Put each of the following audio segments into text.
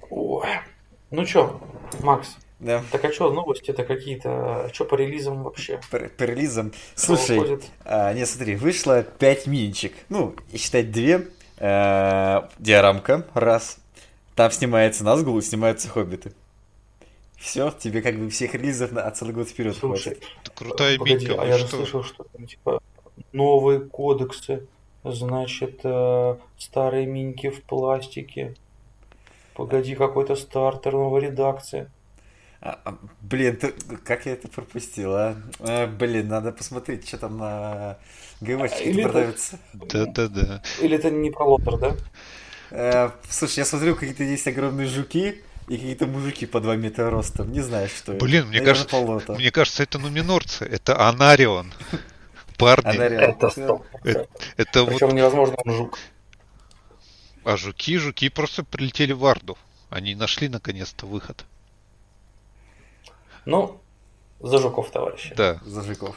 Ой. Ну чё, Макс, Да, так а чё, новости-то какие-то? Чё по релизам вообще? по релизам. Что Слушай, выходит? не, смотри, вышло 5 миничек. Ну, и считать 2. Диорамка, раз. Там снимается Назгул и снимаются Хоббиты. Все, тебе как бы всех релизов на целый год вперед хватит. Слушай, Это крутая погоди, минька, а вы я же что? слышал, что там, типа, новые кодексы, значит, старые миньки в пластике. Погоди, какой-то стартер, новая редакция. Блин, как я это пропустил, а? Блин, надо посмотреть, что там на ГВшечке-то Или это, продается. Да-да-да. или это не про лотер, да? Слушай, я смотрю, какие-то есть огромные жуки и какие-то мужики по 2 метра ростом. Не знаю, что это. Блин, Наверное, полота. мне кажется, это нуминорцы, это Анарион. Парни, Анарион. Это 100%. это Причем вот... невозможно, он жук. А жуки просто прилетели в Арду. Они нашли наконец-то выход. Ну, за жуков, товарищи. Да. За жуков.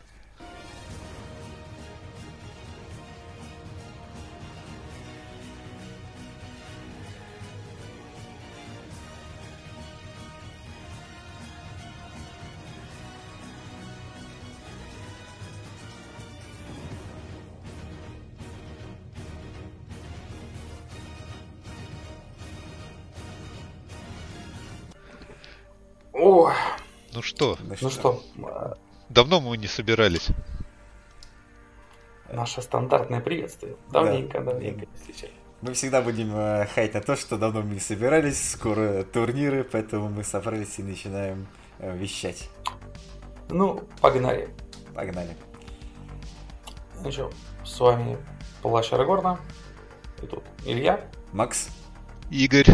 О, Ну что, Ну ну что? что, давно мы не собирались. наше стандартное приветствие. Да. Давненько не встречались. Мы всегда будем хаять на то, что давно мы не собирались, скоро турниры, поэтому мы собрались и начинаем вещать. Ну, погнали. Погнали. Ну что, с вами Палач Арагорна. И тут Илья. Макс, Игорь,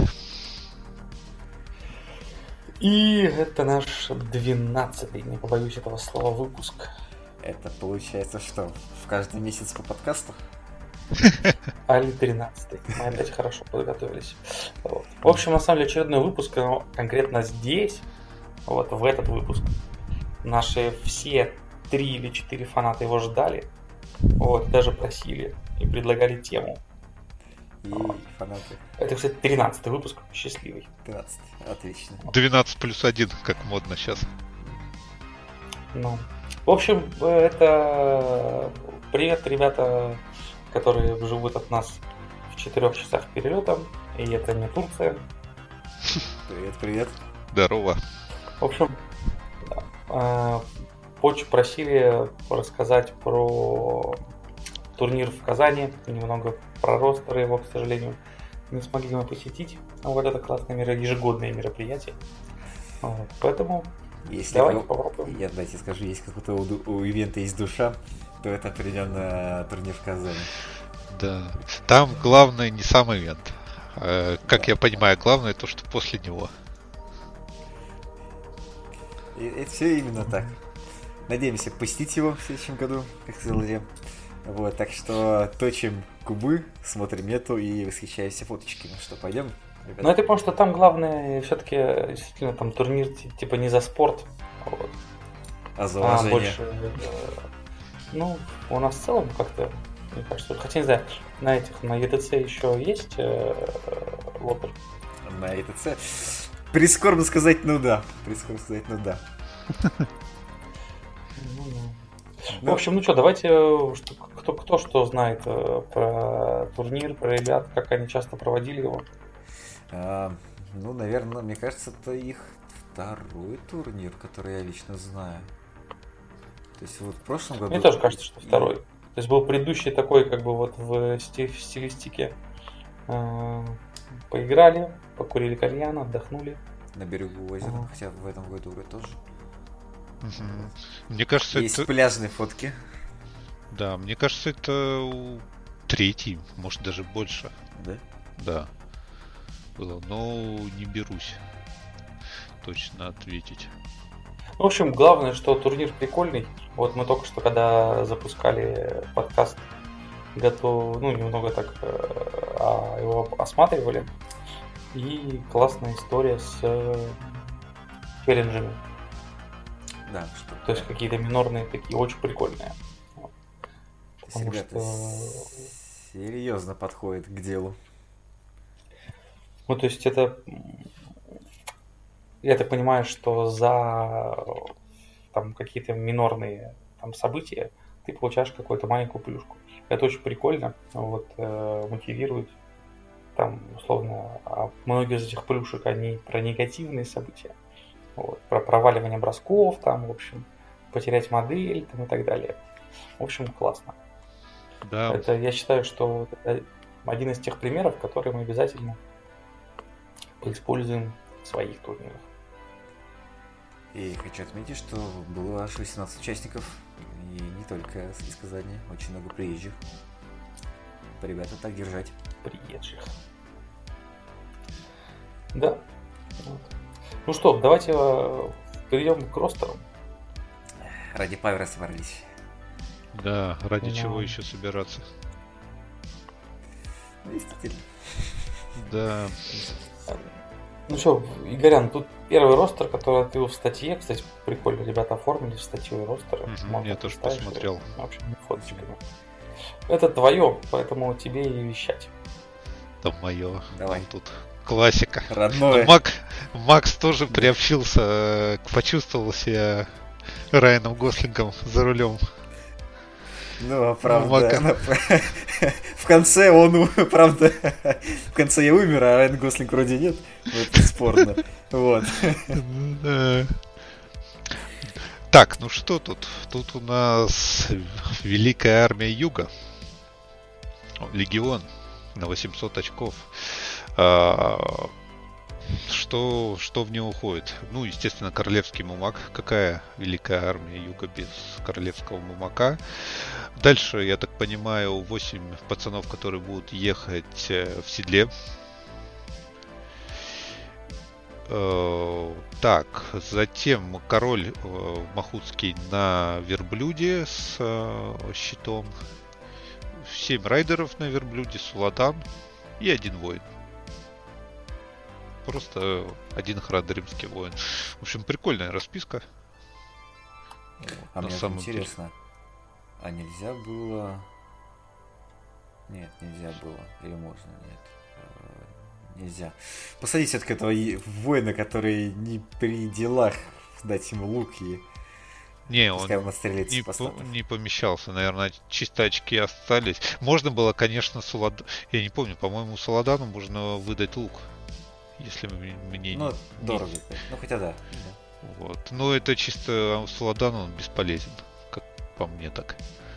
И это наш 12-й, не побоюсь этого слова, выпуск. это получается что? В каждый месяц по подкасту? Али 13-й. Мы опять хорошо подготовились. Вот. В общем, на самом деле, очередной выпуск, но конкретно здесь, вот в этот выпуск, наши все 3 или 4 фаната его ждали. Вот, даже просили и предлагали тему. И фанаты Это, кстати, 13-й выпуск, счастливый. 13. Отлично. 12+1, как модно сейчас. Ну, в общем, это привет, ребята, которые живут от нас в 4 часах перелета, и это не Турция. Привет, привет. Здорово. В общем, да, очень просили рассказать про турнир в Казани, немного про ростер его, к сожалению, не смогли мы посетить. Вот это классное ежегодное мероприятие. Вот, поэтому Если давайте кого- попробуем. Я дайте скажу, если какой-то у ивента есть душа, то это определенно турнир в Казани. Да. Там главное не сам ивент. Как я понимаю, главное то, что после него. И это все именно так. Надеемся посетить его в следующем году, как сказал Илья. Вот, так что точим кубы, смотрим мету и восхищаемся фоточками. Что, пойдем? ребята? Но это потому, что там главное все-таки действительно там турнир типа не за спорт, вот, А за а уважение. больше, ну, у нас в целом как-то, мне кажется, хотя не знаю, на ETC еще есть лотер. На ИТЦ. Прискорбно сказать, ну да. Прискорбно сказать, ну да. В общем, ну что, давайте, кто что знает про турнир, про ребят, как они часто проводили его. Ну, наверное, мне кажется, это их второй турнир, который я лично знаю. То есть вот в прошлом году... Мне тоже кажется, что второй. То есть был предыдущий такой, как бы вот в стилистике. Поиграли, покурили кальян, отдохнули. На берегу озера, Ага. хотя в этом году вроде тоже. Мгм. Мне кажется, Есть это... пляжные фотки. Да, мне кажется, это третий, может даже больше. Да? Да. Было. Но не берусь точно ответить. В общем, главное, что турнир прикольный. Вот мы только что, когда запускали подкаст, немного так его осматривали. И классная история с челленджами. Да, что То есть какие-то минорные такие, очень прикольные. Вот. Потому ребята что... серьезно подходит к делу. Ну, то есть это, я так понимаю, что за там какие-то минорные там события ты получаешь какую-то маленькую плюшку. Это очень прикольно, вот, мотивирует. Там, условно, многие из этих плюшек, они про негативные события. Вот, про проваливание бросков, там, в общем, потерять модель там, и так далее. В общем, классно. Да. Это, я считаю, что это один из тех примеров, которые мы обязательно используем в своих турнирах. И хочу отметить, что было аж 18 участников, и не только из Казани, очень много приезжих. Ребята, так держать. Приезжих. Да. Вот. Ну что, давайте перейдем к ростерам. Ради Павера собрались. Да, ради чего еще собираться? Ну, действительно. Да. Ну что, Игорян, тут первый ростер, который ты в статье, кстати, прикольно, ребята оформили статью и ростер. Я тоже посмотрел. В общем, фоточками. Это твое, поэтому тебе и вещать. Это мое. Давай. Тут классика. Родное. Макс тоже приобщился, почувствовал себя Райаном Гослингом за рулем. Ну, а правда, в конце он, правда, в конце я умер, а Райан Гослинг вроде нет. Вот, бесспорно. Вот. Так, ну что тут? Тут у нас Великая Армия Юга. Легион на 800 очков. Что в него уходит? Ну, естественно, Королевский Мумак. Какая Великая Армия Юга без Королевского Мумака? Дальше, я так понимаю, 8 пацанов, которые будут ехать в седле. Так, затем король Махутский на верблюде с щитом. 7 райдеров на верблюде, Суладан и 1 воин. Просто один храдримский воин. В общем, прикольная расписка. А мне интересно, а нельзя было... Нет, нельзя было. Или можно? Нет. Нельзя. Посадить все-таки этого воина, который не при делах, дать ему лук и... Не, он не помещался. Наверное, чисто очки остались. Можно было, конечно, Я не помню, по-моему, Суладану можно выдать лук. Если мне ну, дорого. Ну, хотя да. Вот. Но это чисто Суладану он бесполезен. Как по мне так.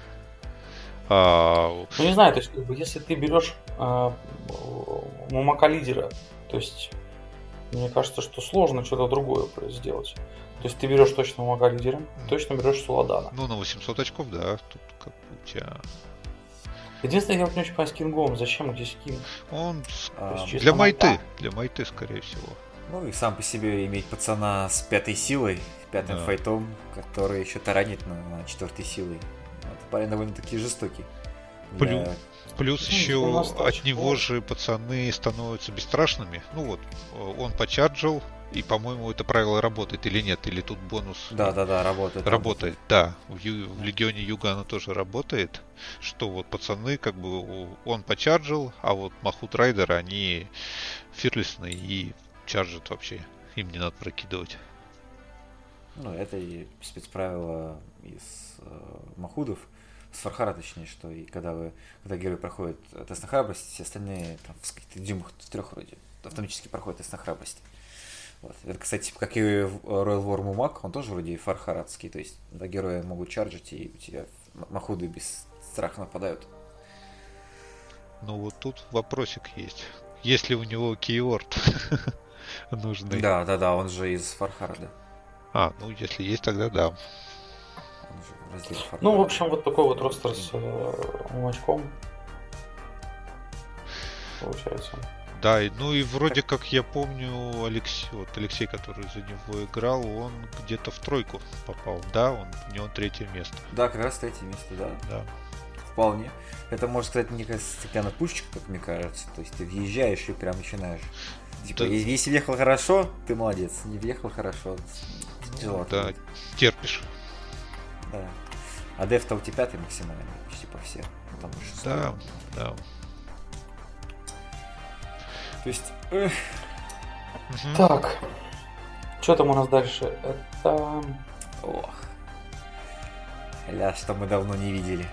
Ну, не знаю, то есть, если ты берешь Мумака лидера, то есть, мне кажется, что сложно что-то другое сделать. То есть, ты берешь точно Мумака лидера, точно берешь Суладана. Ну, на 800 очков, да. Тут как у тебя... Единственное, я вот не очень понимаю с Кингом. Зачем здесь Кинг? Он для майты. Для майты, скорее всего. Ну, и сам по себе иметь пацана с 5-й силой, 5-м файтом, который еще таранит на 4-й силой. Это парень довольно-таки жестокий. Плюс еще от него же пацаны становятся бесстрашными. Ну вот, он почарджил, и, по-моему, это правило работает или нет, или тут бонус... Да, работает. Работает, да. В Легионе Юга оно тоже работает, что вот пацаны, как бы, он почарджил, а вот Махут Райдеры, они фирлисные и чарджат вообще. Им не надо прокидывать. Ну, это и спецправило из Махудов, с Фархара точнее, что и когда герой проходит тест на храбрость, все остальные там в каких-то дюймах в 3 вроде автоматически проходят тест на храбрость. Вот. Это, кстати, как и в Royal War Mumak, он тоже вроде фархарадский, то есть да, герои могут чарджить, и у тебя Махуды без страха нападают. Ну вот тут вопросик есть. Есть ли у него кейворд нужный? Да, он же из Фархарада. Ну если есть, тогда да. Ну, в общем, вот такой вот ростер с Мумачком получается. Да, ну и вроде как я помню, Алексей, который за него играл, он где-то в 3 попал. Да, у него 3 место. Да, как раз 3 место, да. Вполне. Это, можно сказать, мне кажется, стеклянная пушечка, как мне кажется. То есть ты въезжаешь и прям начинаешь. Типа, если въехал хорошо, ты молодец. Не въехал хорошо, тяжело. Да, терпишь. Да. А деф-то у тебя 5 максимально, почти по всем. Да. То есть Так, что там у нас дальше? Это... Ох. Ля, что мы давно не видели.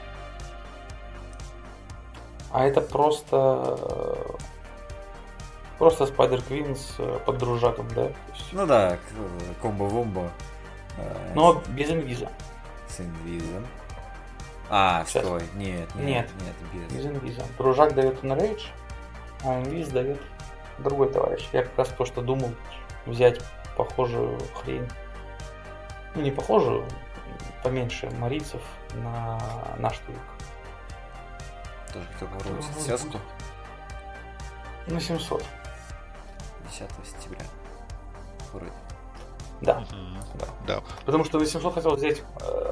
А это просто Spider-Queen с поддружаком, да? То есть... Ну да, комбо-вомбо. Но без инвиза. С инвизом. А, Сейчас. стой, нет, Без инвиза. Дружак дает Enrage, а инвиз дает другой товарищ. Я как раз то, что думал взять похожую хрень. Ну, не похожую, поменьше марийцев на наш тулик. Тоже хотел попробовать связку. На 700. 10 сентября. Вроде. Да. Да. Потому что на 700 хотел взять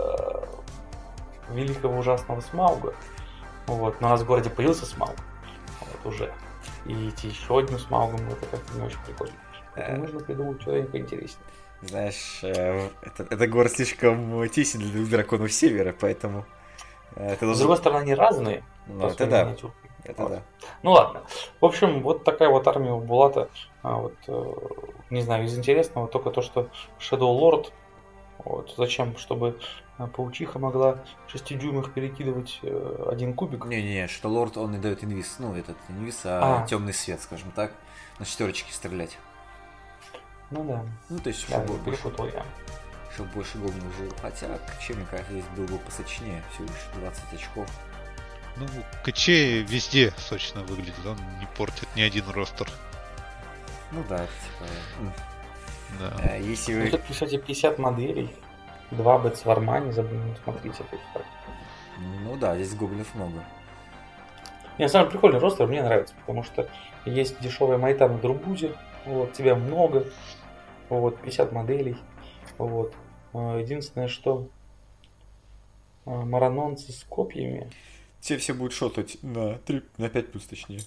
великого ужасного Смауга. Вот. Но у нас в городе появился Смауг. Вот уже. И идти еще одним Смаугом это как-то не очень прикольно. Поэтому нужно придумать что-нибудь поинтереснее. Знаешь, это город слишком тесен для драконов севера, поэтому... С другой стороны, они разные. Ну, это да. Это да. Ну ладно. В общем, вот такая вот армия у Булата. Не знаю, из интересного только то, что Shadow Lord. Вот, зачем? Чтобы паучиха могла 6 дюймах перекидывать один кубик. Не-не-не, Shadow Lord, он не дает инвиз. Ну, этот инвиз, темный свет, скажем так. На 4 стрелять. Ну да. Ну, то есть, Да, чтобы больше гоблинов жил. Хотя, КЧ, мне кажется, здесь был бы посочнее. Всего лишь 20 очков. Ну, КЧ везде сочно выглядит, он не портит ни один ростер. Ну да, типа... Да. Если вы... Тут, кстати, 50 моделей. 2 Бэтсварма, не забудьте, смотрите. Ну да, здесь гоблинов много. Не, самый прикольный ростер мне нравится, потому что есть дешевая майта на Друбузе, вот, тебя много, вот, 50 моделей, вот. Единственное, что маранонцы с копьями. Те все будут шотать на 5 плюс, точнее.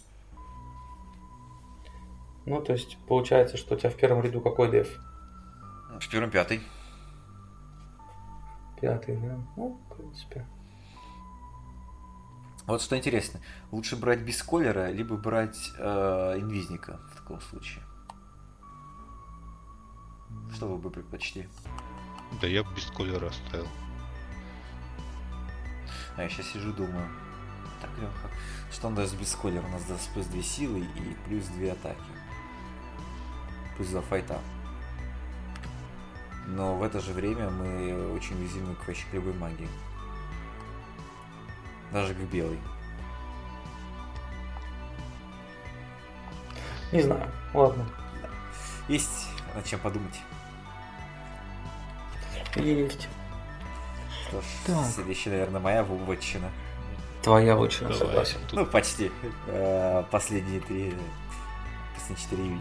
Ну, то есть, получается, что у тебя в первом ряду какой деф? В первом 5. 5, да? Ну, в принципе. Вот что интересно, лучше брать без колера, либо брать инвизника в таком случае. Что вы бы предпочли? Да я бы без колера оставил. А я сейчас сижу, думаю, так легко. Что он даст без колера? У нас даст плюс 2 силы и плюс 2 атаки. Плюс 2 файта. Но в это же время мы очень уязвимы к вообще любой магии. Даже к белой. Не знаю, ладно. Есть над чем подумать. Есть. Что ж, Так. следующая, наверное, моя вотчина. Твоя вотчина, Давай. согласен. Тут- Ну, почти. Последние 4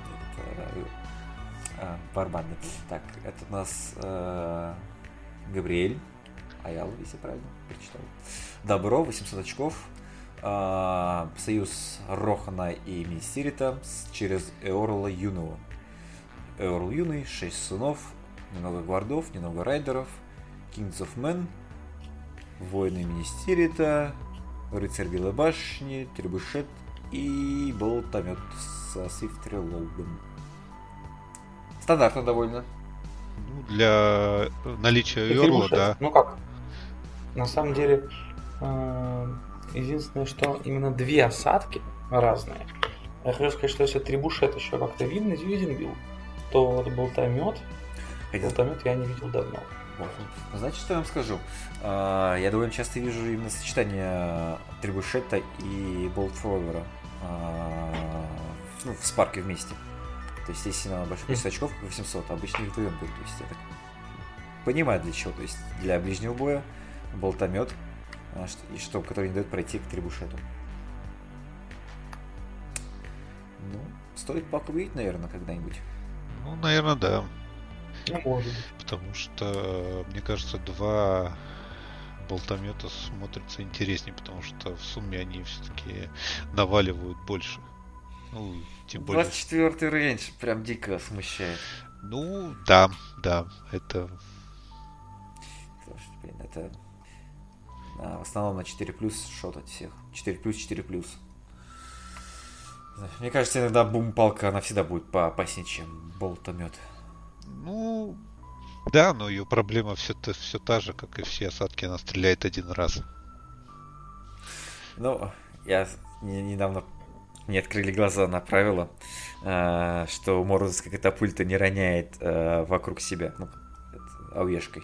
барбанды. Так, это у нас Габриэль Аял, если правильно прочитал. Добро, 800 очков. Союз Рохана и Министерита через Эорла Юного. Эорл Юный, 6 сынов, немного гвардов, немного райдеров, Kings of Men, воины Министерита, рыцарь Белой башни, требушет и болтомет со свифт-релоудом. Стандартно довольно. Ну, для наличия И Йорла, трибушет. да. Ну как? На самом деле, единственное, что именно 2 осадки разные. Я хочу сказать, что если трибушет еще как-то виден был, то вот болтомет я не видел давно. Значит, что я вам скажу? Я довольно часто вижу именно сочетание трибушета и болтфровера в спарке вместе. То есть, если на большое количество очков, как 800, обычно их вдвоем будет. То есть, я так понимаю для чего. То есть, для ближнего боя болтомет, который не дает пройти к трибушету. Ну, стоит покурить, наверное, когда-нибудь. Ну, наверное, да. Ну, может быть. Потому что, мне кажется, 2 болтомета смотрятся интереснее, потому что в сумме они все-таки наваливают больше. Ну, тем более... 24-й рейндж прям дико смущает. Ну, да, это... Слушайте, блин, это в основном на 4 плюс шотать всех. 4 плюс. Мне кажется, иногда бум-палка, она всегда будет поопаснее, чем болтомет. Ну, да, но ее проблема все та же, как и все осадки, она стреляет один раз. Ну, я недавно мне открыли глаза на правило, что мордовская катапульта не роняет вокруг себя, ну, ауешкой.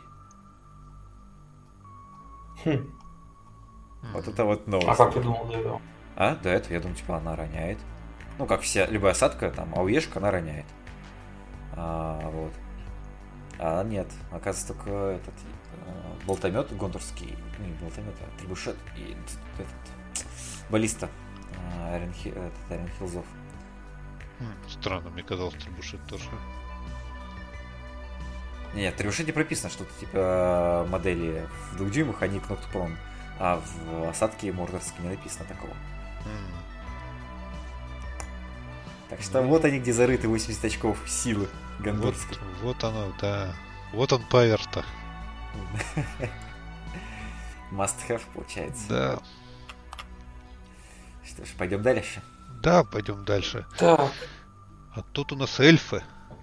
Вот это вот новость. А как ты думал до этого? До этого, я думаю, типа, она роняет. Ну, как любая осадка, там, ауешка, она роняет. Вот. А нет, оказывается, только этот болтомет гондорский, не болтомет, а трибушет и этот баллиста Ренхилзов. Странно, мне казалось, трибушет тоже. Нет, в трибушете прописано, что типа модели в 2 дюймах, они кнопкопром, а в осадке мордорской не написано такого. Так что вот они, где зарыты 80 очков силы гондорской. Вот оно, да. Вот он павер-то. Must have, получается. Да. Что ж, пойдем дальше. Да, пойдем дальше. Так. А тут у нас эльфы.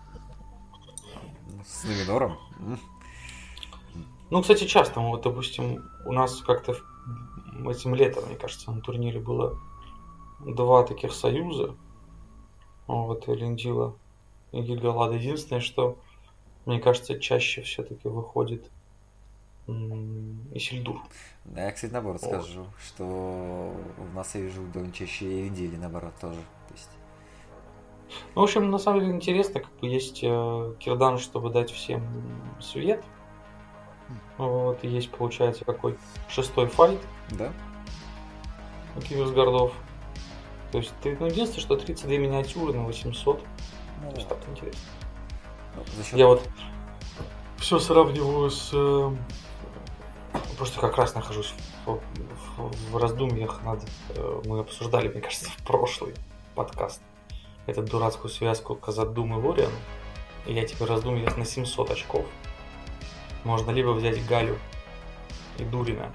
С Нуменором. Ну, кстати, часто, вот, допустим, у нас как-то этим летом, мне кажется, на турнире было 2 таких союза. Вот, Элендила и Гильгалад. Единственное, что, мне кажется, чаще все-таки выходит Исильдур. Да, я, кстати, наоборот скажу, что у нас я вижу довольно чаще Элендили, наоборот, тоже. То есть... Ну, в общем, на самом деле интересно, как бы есть Кирдан, чтобы дать всем свет. Вот, и есть, получается, какой 6-й файт. Да. Киверсгардов. То есть, единственное, что 32 миниатюры на 800. Ну, то есть, так интересно. Ну, Я вот все сравниваю с... Просто как раз нахожусь в раздумьях мы обсуждали, мне кажется, в прошлый подкаст эту дурацкую связку Казадум и Лориан. И я теперь раздумьях на 700 очков. Можно либо взять Галю и Дурина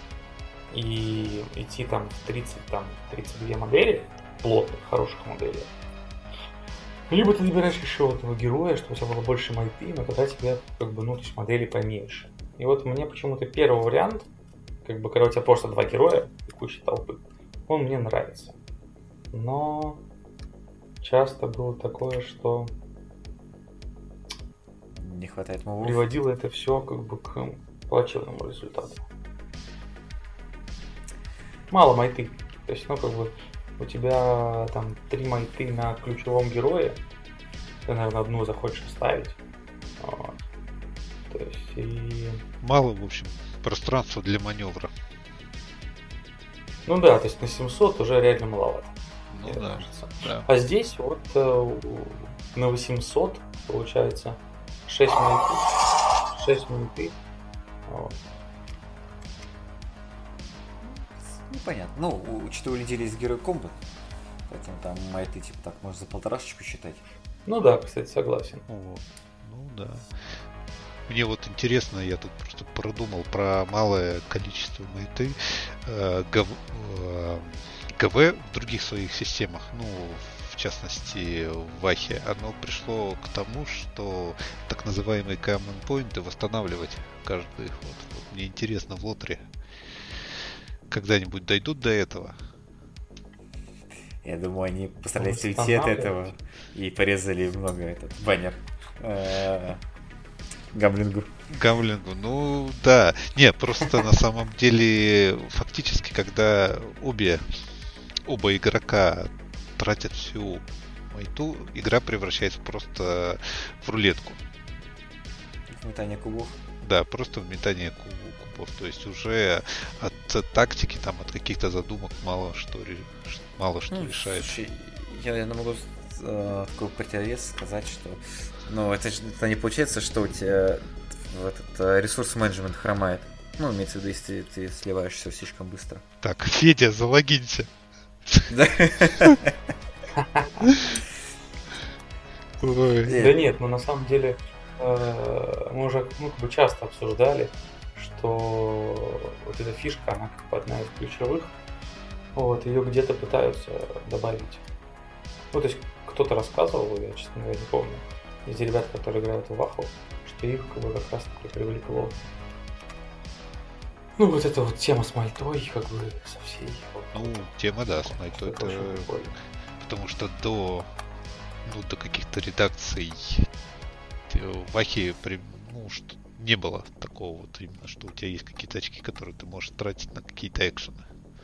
и идти там в 32 модели, плотных, хороших моделей. Либо ты набираешь еще этого героя, чтобы у тебя было больше майты, но тогда тебе как бы, то есть модели поменьше. И вот мне почему-то первый вариант, как бы, когда у тебя просто 2 героя и куча толпы, он мне нравится. Но часто было такое, что не хватает мувов. Приводило это все как бы к плачевному результату. Мало майты. То есть, как бы у тебя там 3 майты на ключевом герое. Ты, наверное, одну захочешь оставить. Вот. То есть и... Мало, в общем, пространства для маневра. Ну да, то есть на 700 уже реально маловато. Ну да, кажется. Да. А здесь вот на 800 получается 6 майты. 6 майты. Вот. Ну, понятно. Ну, учитывая, у есть герой комбат, поэтому там майты, типа, так, можно за 1,5 считать. Ну да, кстати, согласен. Вот. Ну да. Мне вот интересно, я тут просто продумал про малое количество майты ГВ в других своих системах. Ну, в частности, в Вахе. Оно пришло к тому, что так называемые common points восстанавливать каждый ход. Вот мне интересно, в лотре когда-нибудь дойдут до этого? Я думаю, они постарались уйти от этого и порезали много этот баннер Гамлингу. Ну да. Не, просто на самом деле фактически, когда оба игрока тратят всю майту, игра превращается просто в рулетку. В метание кубов. Да, просто в метание кубов. То есть уже от тактики, там, от каких-то задумок мало что решает. Слушай, я могу такой противовес сказать, что это не получается, что у тебя этот ресурс-менеджмент хромает. Ну, имеется в виду, если ты сливаешь все слишком быстро. Так, Федя, залогинься. Да нет, но на самом деле мы уже часто обсуждали, что вот эта фишка, она как бы одна из ключевых. Вот, ее где-то пытаются добавить Ну, то есть, кто-то рассказывал, я, честно говоря, не помню, из ребят, которые играют в Ваху, что их как бы как раз таки привлекло. Ну, вот эта вот тема с мальтой, как бы, со всей. Ну, тема, да, с мальтой, это... Потому что до каких-то редакций в Вахе, ну, что не было такого вот именно, что у тебя есть какие-то очки, которые ты можешь тратить на какие-то экшены.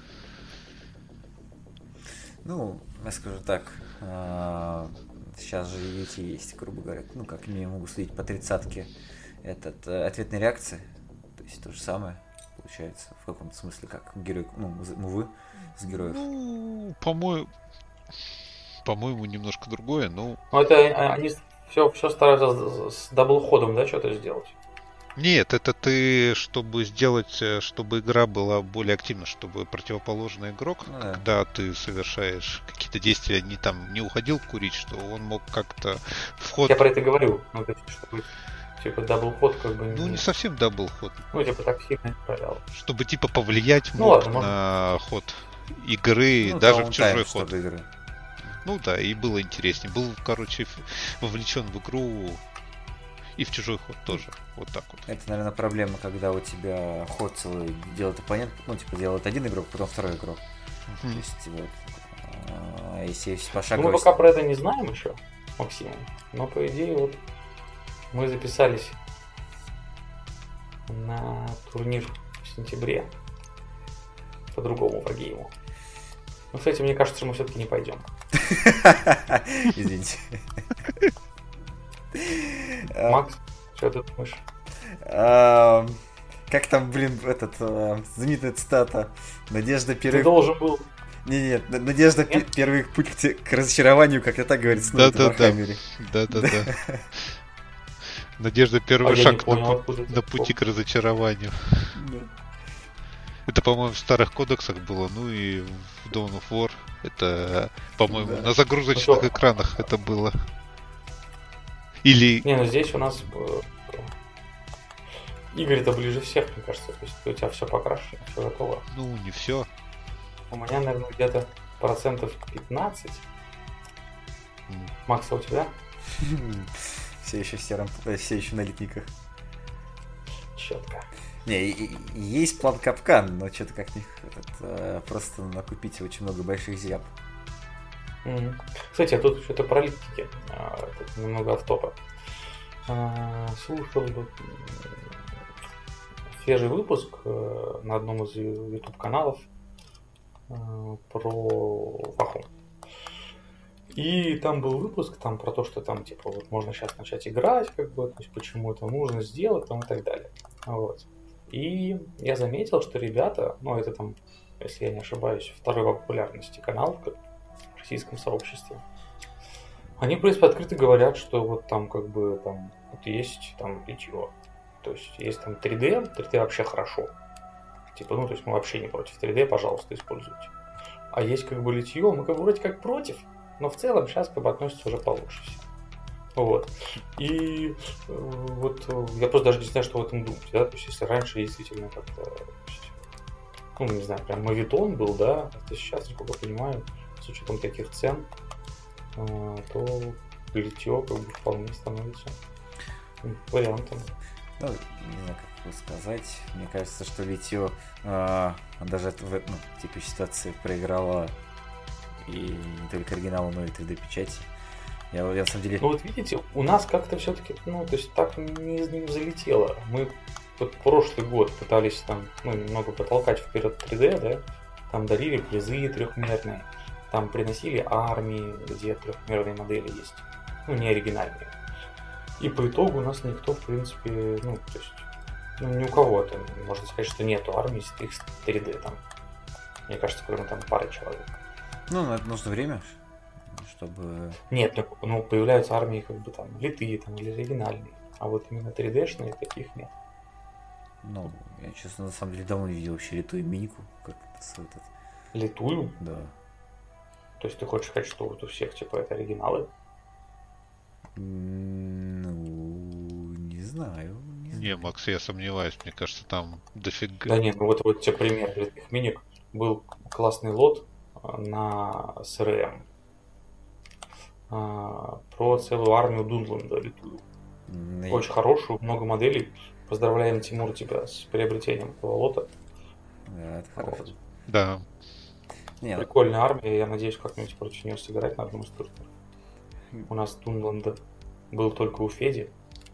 Ну, я скажу так, сейчас же эти есть, грубо говоря, ну, как минимум могу судить по 30-ке, ответная реакция, то есть то же самое, получается, в каком-то смысле, как герой, ну, мувы с героев. Ну, по-моему, немножко другое, но... Ну, это они все стараются с даблходом, да, что-то сделать? Нет, это ты, чтобы сделать, чтобы игра была более активна, чтобы противоположный игрок, когда ты совершаешь какие-то действия, не уходил курить, что он мог как-то вход... Я про это говорю, ну, то есть, чтобы типа даблход как бы... Ну, не совсем даблход. Ну, типа так сильно не управлял. Чтобы типа повлиять на ход игры, ну, даже в чужой ход. Игры. Ну да, и было интереснее. Был, короче, вовлечен в игру и в чужой ход тоже. Вот так вот. Это, наверное, проблема, когда у тебя ход целый делает оппонент, ну, типа, делает один игрок, потом второй игрок. То есть, вот, если пошагово... Мы пока про это не знаем еще, Максим. Но, по идее, вот, мы записались на турнир в сентябре по другому варгейму. Ну, кстати, мне кажется, что мы все-таки не пойдем. Извините. Макс, что ты думаешь? Как там, блин, знаменитая цитата? Надежда первых... Ты должен был... Нет, надежда первых путь к разочарованию, как это говорится, на Вархаммере. Да. Надежда первый шаг на пути к разочарованию. Это, по-моему, в старых кодексах было, ну и в Dawn of War. Это, по-моему, на загрузочных экранах это было. Или... Не, ну здесь у нас Игорь-то ближе всех, мне кажется. То есть у тебя все покрашено, все готово. Ну, не все. У меня, наверное, где-то 15%. Макс, а у тебя? Все еще в сером, все еще на литниках. Четко. Не, есть план капкан, но что-то как-них просто накупить очень много больших зяб. Кстати, а тут что-то про литники. Немного автопа. Слушал свежий выпуск на одном из YouTube каналов про Ваху. И там был выпуск там про то, что там типа вот можно сейчас начать играть, как бы, то есть почему это нужно сделать, там и так далее. Вот. И я заметил, что ребята, ну это там, если я не ошибаюсь, второй по популярности канал в российском сообществе, они, в принципе, открыто говорят, что вот там как бы там вот есть там литье. То есть есть там 3D вообще хорошо. Типа, ну то есть мы вообще не против 3D, пожалуйста, используйте. А есть как бы литье, мы как бы вроде как против, но в целом сейчас как бы относится уже получше все. Вот. И вот я просто даже не знаю, что в этом думать, да, то есть если раньше действительно как-то, ну не знаю, прям мавитон был, да, то сейчас, насколько я понимаю, с учетом таких цен, то литье как бы вполне становится вариантом. Ну, не знаю, как сказать. Мне кажется, что литье даже в типа ситуации проиграло и не только оригиналу, но и 3D-печати. Я на самом деле... Ну вот видите, у нас как-то все-таки, ну, то есть так не залетело. Мы вот прошлый год пытались там, ну, немного потолкать вперед 3D, да, там дарили призы трехмерные, там приносили армии, где трехмерные модели есть, ну, не оригинальные. И по итогу у нас никто, в принципе, ну, то есть, ну, ни у кого там, можно сказать, что нету армии с 3D там. Мне кажется, кроме там пары человек. Ну, на это нужно время, чтобы... Нет, ну, появляются армии как бы там литые там, или оригинальные, а вот именно 3D-шные таких нет. Ну, я, честно, на самом деле давно не видел вообще литую минику. Как это... Литую? Да. То есть ты хочешь сказать, что вот у всех типа это оригиналы? Ну, не знаю. Не, Макс, я сомневаюсь, мне кажется, там дофига. Да нет, ну вот тебе пример литых миник. Был классный лот на СРМ. про целую армию Дунланда литую. Очень хорошую, много моделей. Поздравляем, Тимур, тебя с приобретением этого лота. Да, это хорошо. Вот. Да. Нет, Прикольная армия, я надеюсь как-нибудь против нее сыграть на одном из турниров. У нас Дунланд был только у Феди.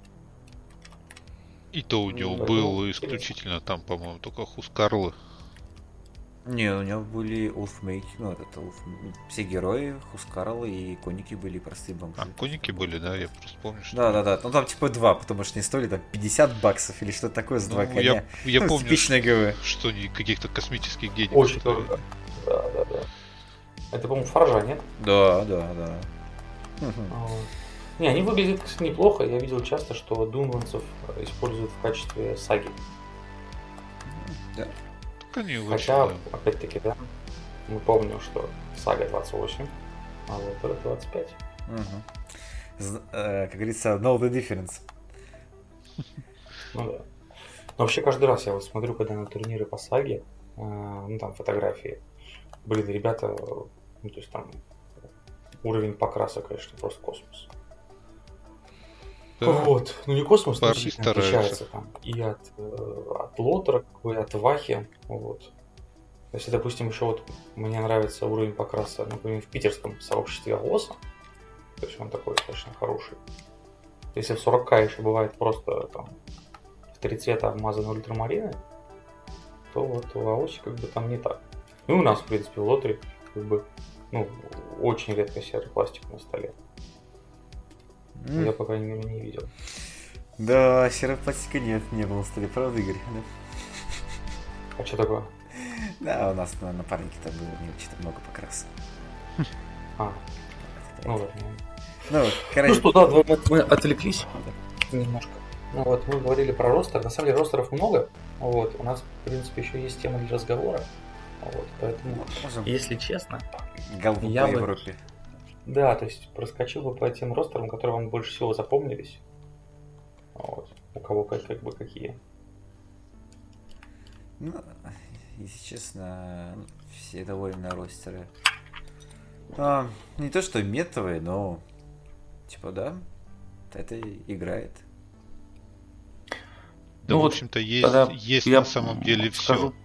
И то у него Поэтому был интересно. исключительно там, по-моему, только Хускарлы. не, у него были Улфмейт, все герои, Хускарлы и конники были простые бомжи. А конники были, да? Я просто помню, что... Да. Ну там типа 2, потому что не стоили там $50 или что-то такое за 2 Ну, коня. я помню, типичное ГВ. что они каких-то космических денег Очень стоили. дорого. Да. Это, по-моему, Форжа, нет? Да. Вот. Не, они выглядят, кстати, неплохо. Я видел часто, что дунландцев используют в качестве саги. Да. Так они Хотя, очень, да. опять-таки, да, мы помним, что сага 28, а Лотер 25. Как говорится, know the difference. Ну да. Но вообще каждый раз я вот смотрю, когда на турниры по саге, ну там фотографии, блин, ребята, ну то есть там уровень покраса, конечно, просто космос. Да. Вот, ну не космос, но Парни сильно стараются. отличается там и от Лотера, и от Вахи, вот. Если, допустим, еще вот мне нравится уровень покраса, например, в питерском сообществе ГОСа, то есть он такой достаточно хороший. Если в 40к еще бывает просто там в 3 цвета обмазаны ультрамарины, то вот в АОСе как бы там не так. Ну и у нас, в принципе, в Лотере как бы, ну, очень редко серый пластик на столе. Я, по крайней мере, не видел. Да, серого пластика нет, не было на столе, правда, Игорь? А что такое? Да, у нас на напарнике-то было не очень много покраса. Ну ладно. Ну, Ну что, да, мы отвлеклись немножко. Ну вот, мы говорили про ростер. На самом деле ростеров много. Вот, у нас, в принципе, еще есть тема для разговора. Вот, поэтому, если честно, Голубу я по бы- Европе. да, то есть проскочил бы по тем ростерам, которые вам больше всего запомнились. Вот, у кого как бы какие. Ну, если честно, все довольны ростеры. Не то что метовые, но типа да, это играет. Да, Ну в вот общем-то, есть, тогда есть я на самом деле скажу. все.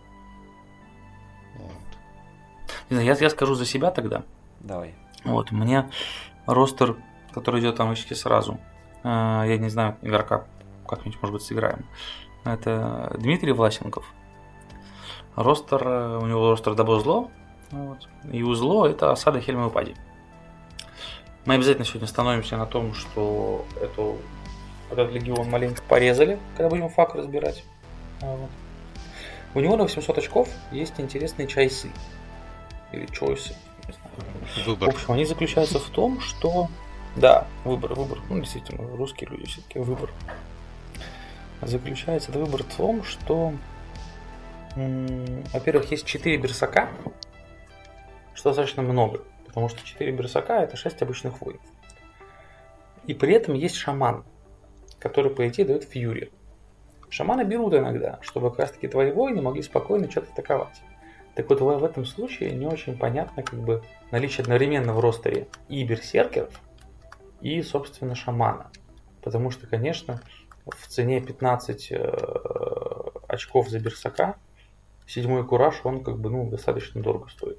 Не знаю, я скажу за себя тогда. Давай. Вот, мне ростер, который идет там почти сразу. Я не знаю, игрока как-нибудь, может быть, сыграем. Это Дмитрий Власенков. Ростер, у него ростер Дабо Зло. Вот. И у Зло это осада Хельма и Пади. Мы обязательно сегодня остановимся на том, что этот легион маленько порезали, когда будем фак разбирать. Вот. У него на 800 очков есть интересные чайсы. Или чойсы. Не знаю. Выбор. В общем, они заключаются в том, что... Да, выбор. Ну, действительно, русские люди все-таки выбор. Заключается этот выбор в том, что... во-первых, есть 4 берсака, что достаточно много. Потому что 4 берсака это 6 обычных воинов. И при этом есть шаман, который, по идее, дает фьюри. Шамана берут иногда, чтобы как раз таки твои воины могли спокойно что-то атаковать. Так вот, в этом случае не очень понятно как бы наличие одновременно в ростере и берсеркеров, и, собственно, шамана. Потому что, конечно, в цене 15 очков за берсака 7-й кураж, он как бы, достаточно дорого стоит.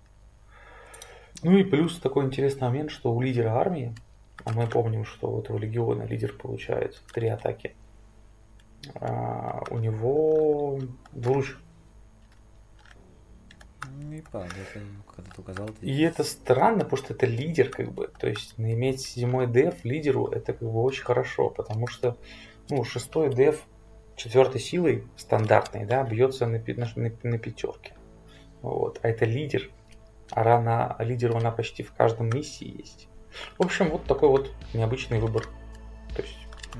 Ну и плюс такой интересный момент, что у лидера армии, а мы помним, что у этого легиона лидер получает 3 атаки, у него двуруч. Не правда, это когда ты указал. И это странно, потому что это лидер, как бы. То есть иметь 7-й деф лидеру это как бы очень хорошо, потому что 6-й деф 4-й силой стандартной, да, бьется на пятерке. Вот. А это лидер. А рана лидеру она почти в каждом миссии есть. В общем, вот такой вот необычный выбор. То есть,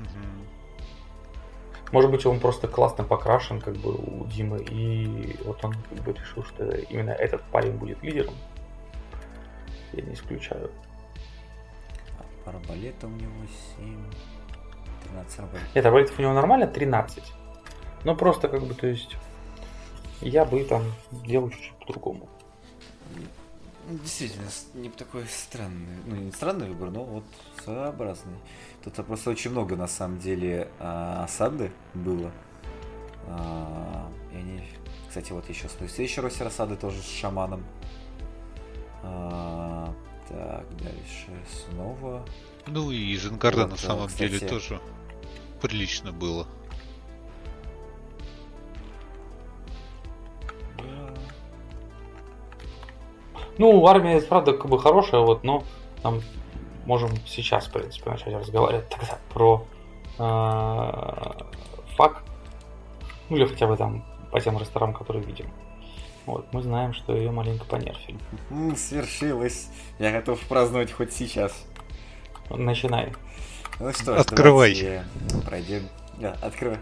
может быть, он просто классно покрашен, как бы у Димы, и вот он как бы решил, что именно этот парень будет лидером. Я не исключаю. Арбалета у него 7, 13 арбалетов. Нет, арбалетов у него нормально 13. Но просто как бы, то есть, я бы там делал чуть-чуть по-другому. Действительно, не такой странный, ну не странный выбор, но вот своеобразный. Тут просто очень много на самом деле осады было. И они, кстати, вот еще следующий ростер осады тоже с шаманом. Так, дальше снова. Ну и из Ингарда Вот, на самом деле кстати. тоже прилично было. Ну, армия, правда, как бы хорошая, вот, но там можем сейчас, в принципе, начать разговаривать тогда про фак. Ну, или хотя бы там по тем ресторам, которые видим. Вот, мы знаем, что ее маленько понерфили. Свершилось. Я готов праздновать хоть сейчас. Начинай. Ну что ж, Открывай. давайте пройдем. Да, открывай.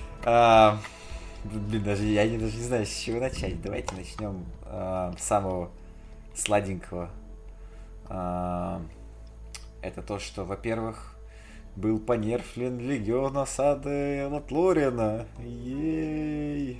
Блин, даже не знаю, с чего начать. Давайте начнем с самого сладенького. Это то, что, во-первых, был понерфлен легион осады Лотлориана. Ей!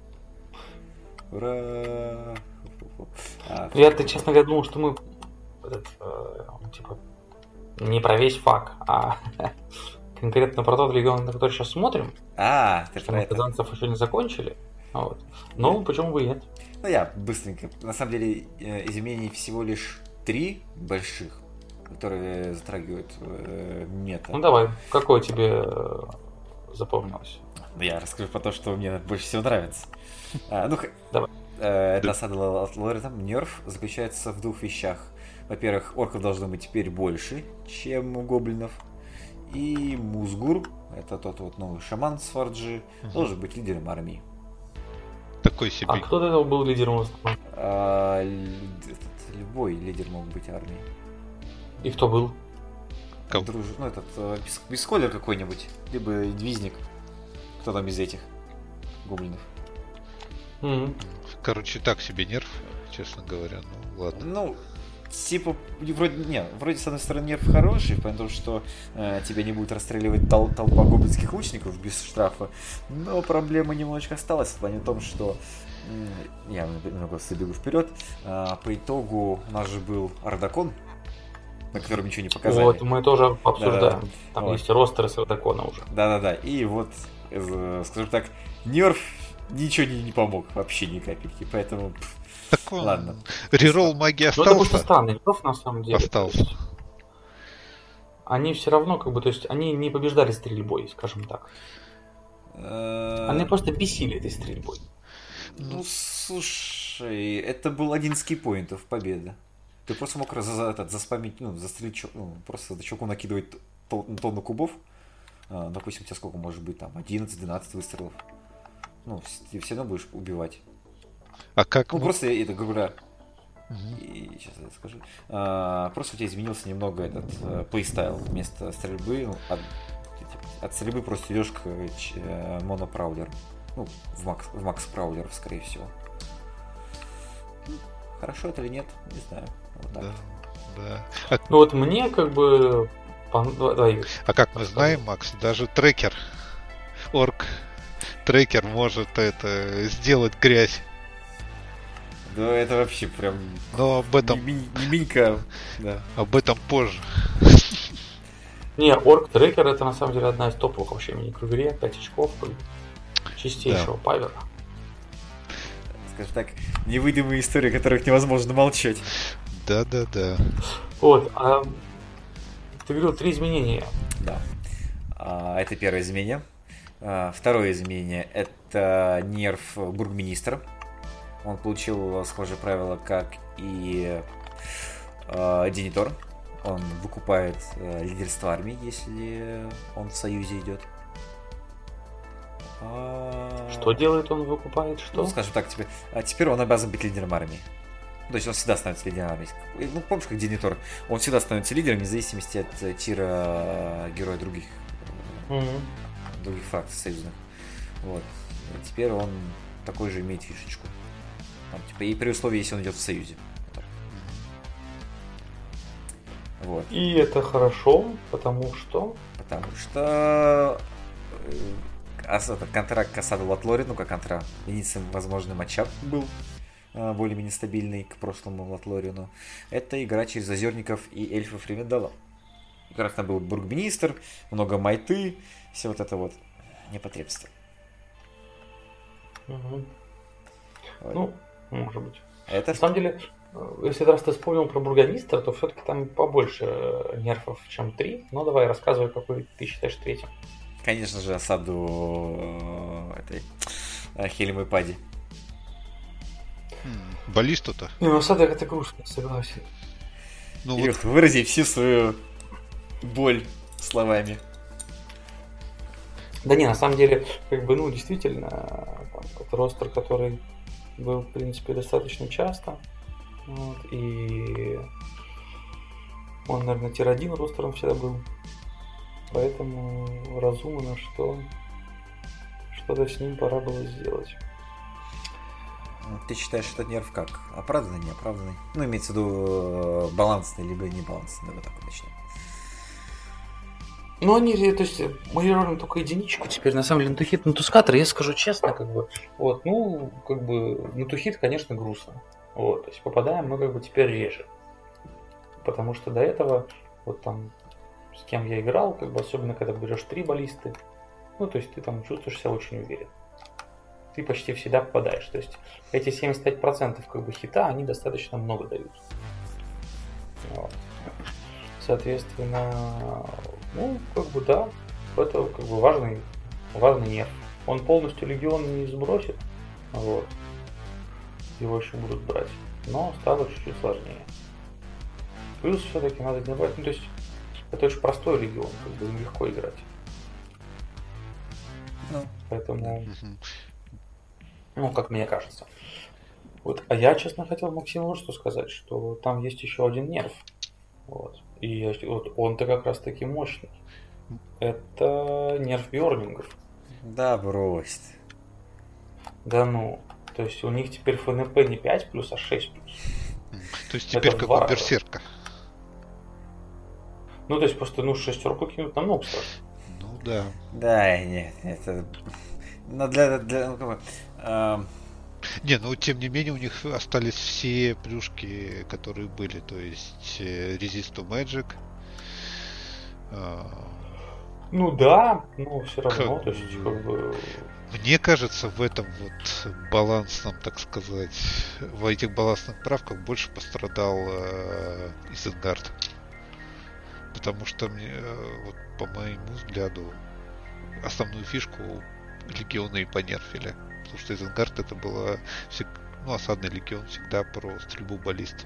Ура! Я-то, честно говоря, думал, что мы типа не про весь фак, а конкретно про тот легион, на который сейчас смотрим. Ты Что про мы это. казанцев еще не закончили. Вот. Но почему бы и нет? Ну, я быстренько. На самом деле, изменений всего лишь 3 больших, которые затрагивают мета. Ну давай, какое тебе запомнилось? Я расскажу про то, что мне больше всего нравится. Давай. Это осада от Лорена. Нерф заключается в 2 вещах. Во-первых, орков должно быть теперь больше, чем у гоблинов. И Музгур, это тот вот новый шаман с Форджи, должен быть лидером армии. Такой себе. А кто до этого был лидером у нас? Любой лидер мог быть армии. И кто был? Ну, этот бесколер какой-нибудь, либо двизник. Кто там из этих гоблинов? Короче, так себе нерв, честно говоря. Ну, ладно. Ну, типа, вроде с одной стороны нерв хороший, потому что тебя не будет расстреливать толпа гоблинских лучников без штрафа, но проблема немножечко осталась в плане том, что я немного забегу вперед. По итогу у нас же был Ардакон, на котором ничего не показали. Вот, мы тоже обсуждаем. Да-да. Там Вот. есть ростеры с Ардакона уже. Да-да-да. И вот, скажем так, нерв ничего не помог, вообще ни капельки, поэтому... Так он... Ладно. Реролл магии Ну, это просто остался? странный нерф, на самом деле. Остался. То есть они все равно, как бы, то есть они не побеждали стрельбой, скажем так. Они просто бесили этой стрельбой. Ну, слушай, это был один из кипоинтов победы. Ты просто мог заспамить, застрелить, просто чуваку накидывать тонну кубов. Допустим, у тебя сколько может быть, там, 11-12 выстрелов. Ну, ты все равно будешь убивать. А как? Ну, просто это, грубо говоря, и сейчас я скажу. Просто у тебя изменился немного этот плейстайл. Вместо стрельбы, от стрельбы просто идешь к монопраулеру. Ну, в макс праулеров, скорее всего. Хорошо это или нет, не знаю. Вот так. Да. Ну вот мне как бы... Давай. А как мы знаем, Макс, даже трекер, трекер может это сделать грязь. Да, это вообще прям... Но об этом... Не минька, да. Об этом позже. Не, орк-трекер это на самом деле одна из топовых вообще миник в игре, 5 очков чистейшего павера. Скажем так, невыдумые истории, о которых невозможно молчать. Да. Вот, ты говорил 3 изменения. Да. Это первое изменение. Второе изменение – это нерф бургминистра. Он получил схожие правила, как и Денитор. Он выкупает лидерство армии, если он в союзе идет. Что делает он, выкупает? Что? Ну, скажем так, теперь он обязан быть лидером армии. То есть он всегда становится лидером армии. Ну, помнишь, как Денитор? Он всегда становится лидером, вне зависимости от тира героя других фракций союзных. Вот. И теперь он такой же имеет фишечку. Там, и при условии, если он идет в союзе. Вот. И это хорошо, потому что контракт Осады Лотлорин, как контракт, единственный возможный матчап был более-менее стабильный к прошлому Лотлорину. Это игра через озерников и эльфов Ривендала. Как раз там был бургминистр, много майты, все вот это вот непотребство. Угу. Ну, может быть. Это... На самом деле, если раз ты вспомнил про бургомистра, то все-таки там побольше нерфов, чем 3. Но давай рассказывай, какой ты считаешь третьим. Конечно же, осаду этой Хелимой Пади. Баллисту-то? Не, ну осада это грустно, согласен. Ну, Илюх, вот... вырази всю свою боль словами. Да не, на самом деле, как бы, ну, действительно, там, это ростер, который был, в принципе, достаточно часто. Вот, и он, наверное, тир-1 ростером всегда был. Поэтому разумно, что что-то с ним пора было сделать. Ты считаешь, что этот нерв как? Оправданный, неоправданный? Ну, имеется в виду балансный, либо небалансный, вот так вот начнем. Ну, они, то есть, мы ролим только единичку теперь, на самом деле, натухит, натускатор, я скажу честно, как бы, вот, ну, как бы, натухит, конечно, грустно, вот, то есть, попадаем мы, как бы, теперь реже, потому что до этого, вот там, с кем я играл, как бы, особенно, когда берешь 3 баллисты, ну, то есть, ты там чувствуешь себя очень уверен, ты почти всегда попадаешь, то есть, эти 75% как бы хита, они достаточно много дают, вот. Соответственно, ну, как бы да, это как бы важный нерв. Он полностью легион не сбросит, вот. Его еще будут брать, но стало чуть-чуть сложнее. Плюс все-таки надо не забывать, ну то есть это очень простой легион, как бы им легко играть. Ну, поэтому, ну, как мне кажется. Вот. А я, честно, хотел Максиму вот что сказать, что там есть еще один нерв. Вот. И вот он-то как раз таки мощный. Это нерв бёрнингов. Да, брось. Да ну. То есть у них теперь ФНП не 5 плюс, а 6 плюс. То есть теперь как у Берсерка. Ну, то есть просто, ну, 6-ку кинуть намного сложнее. Ну да. Да, нет, это... Но Не, ну тем не менее у них остались все плюшки, которые были, то есть Resist to Magic. Ну да, но все равно, то есть как бы... Мне кажется, в этом вот балансном, так сказать, в этих балансных правках больше пострадал Изенгард. Потому что мне, вот по моему взгляду, основную фишку легиона и понерфили. Потому что Изенгард это было осадный легион всегда про стрельбу баллист.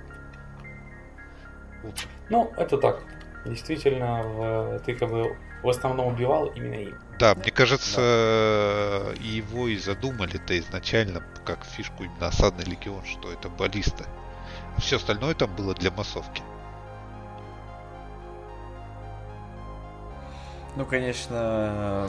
Вот. Ну, это так. Действительно, ты как бы в основном убивал именно им. Да, мне кажется, да. Его и задумали-то изначально как фишку именно осадный легион, что это баллисты. А все остальное там было для массовки. Ну, конечно,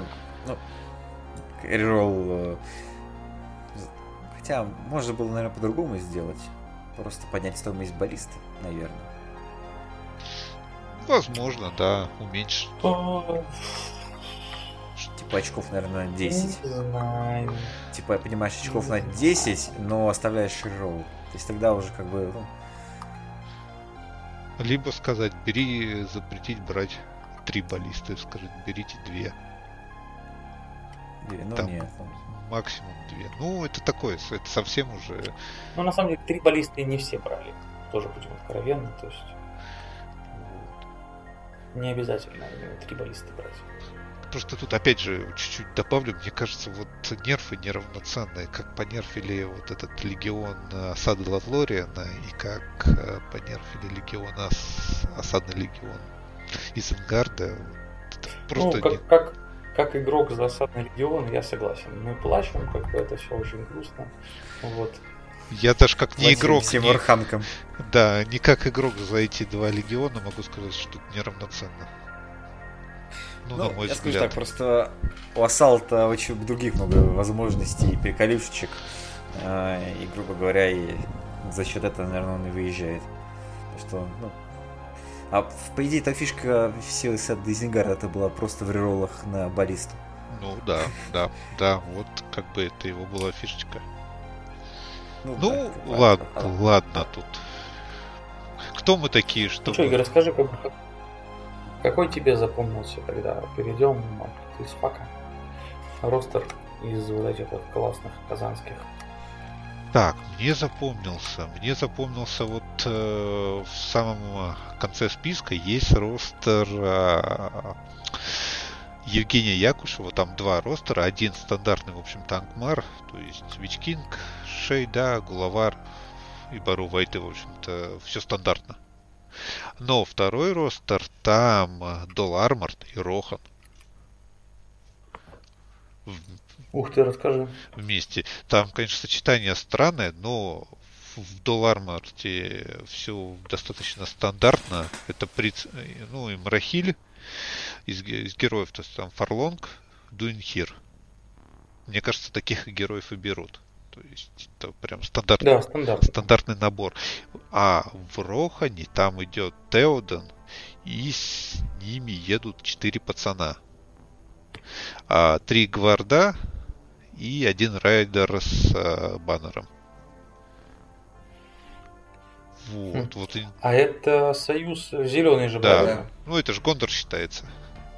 реролл... Хотя, можно было, наверное, по-другому сделать. Просто поднять стоимость баллисты, наверное. Возможно, да, уменьшить. Типа очков, наверное, на 10. Не знаю. Типа, понимаешь, очков на 10, но оставляешь реролл. То есть тогда уже как бы... Либо сказать, запретить брать 3 баллисты, скажет, берите 2. Ну там нет. Максимум 2. Ну, это такое, это совсем уже... Ну, на самом деле, 3 баллисты не все брали. Тоже будем откровенны, то есть... Не обязательно именно 3 баллисты брать. Просто тут, опять же, чуть-чуть добавлю, мне кажется, вот нерфы неравноценные. Как понерфили вот этот легион осады Лотлориана и как понерфили легион осадный легион Изенгарда. Просто как игрок за осадный легион, я согласен. Мы плачем, как бы это все очень грустно. Вот. Я даже как не игрок... Да, не как игрок за эти 2 легиона могу сказать, что это неравноценно. Ну, на мой взгляд. Скажу так, просто у Ассалта очень других много возможностей, приколюшечек. И, грубо говоря, и за счет этого, наверное, он и выезжает. Что, по идее, эта фишка силы сет Изенгарда это была просто в рероллах на баллисту. Ну да, вот как бы это его была фишечка. Ну, ладно, тут. Кто мы такие, что... Ну что, Игорь, расскажи, какой тебе запомнился, когда перейдем из фака ростер из вот этих вот классных казанских? Так, мне запомнился вот в самом конце списка есть ростер Евгения Якушева, там два ростера, один стандартный, в общем-то, Ангмар, то есть Вич Кинг, Шейда, Гулавар и Бару Вайты, в общем-то, все стандартно. Но второй ростер, там Дол Арморд и Рохан. Ух ты, расскажи. Вместе. Там, конечно, сочетание странное, но в Дол Арморде все достаточно стандартно. Это и Мрахиль из героев, то есть там Фарлонг, Дуинхир. Мне кажется, таких героев и берут. То есть это прям стандартный набор. А в Рохане там идет Теоден, и с ними едут 4 пацана. 3 гварда и 1 райдер с баннером. Вот. А это союз зеленый же, да. правильно? Ну это же Гондор считается.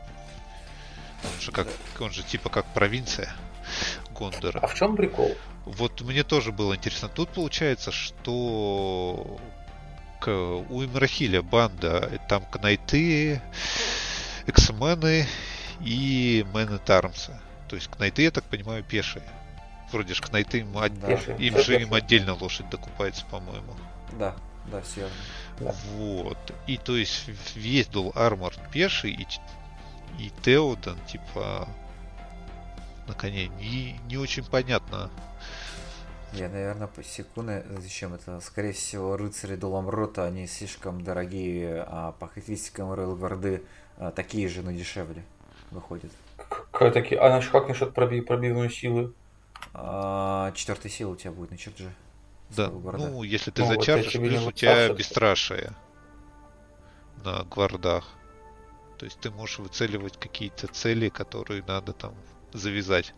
Он же типа как провинция Гондора. А в чем прикол? Вот мне тоже было интересно. Тут получается, что у Имрахиля банда, там Кнайты, Эксмены и Men at Arms. То есть Кнайты, я так понимаю, пешие. Вроде же Кнайты им отдельно лошадь докупается, по-моему. Да, все верно. Да. Вот. И то есть весь Дол Армор пеший и Теоден, типа, на коне. Не очень понятно. Я, наверное, секунды, зачем это? Скорее всего, рыцари Доламрота, они слишком дорогие, а по характеристикам Ройл Гварды такие же, но дешевле выходят. Как насчет пробивной силы? 4-я сила у тебя будет на чертже. Да, ну, если ты зачаржишь, плюс у тебя бесстрашие на гвардах. То есть ты можешь выцеливать какие-то цели, которые надо там завязать.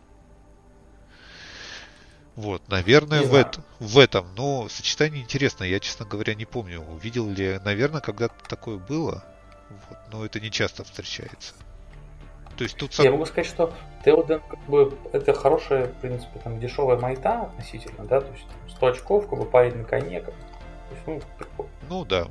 Вот, наверное, в этом. Но сочетание интересное. Я, честно говоря, не помню. Увидел ли, наверное, когда-то такое было. Вот, но это не часто встречается. То есть тут Я могу сказать, что Теоден это хорошая, в принципе, там дешевая майта относительно, да, то есть 100 очков, парень на коне, то есть, прикольно. Ну да.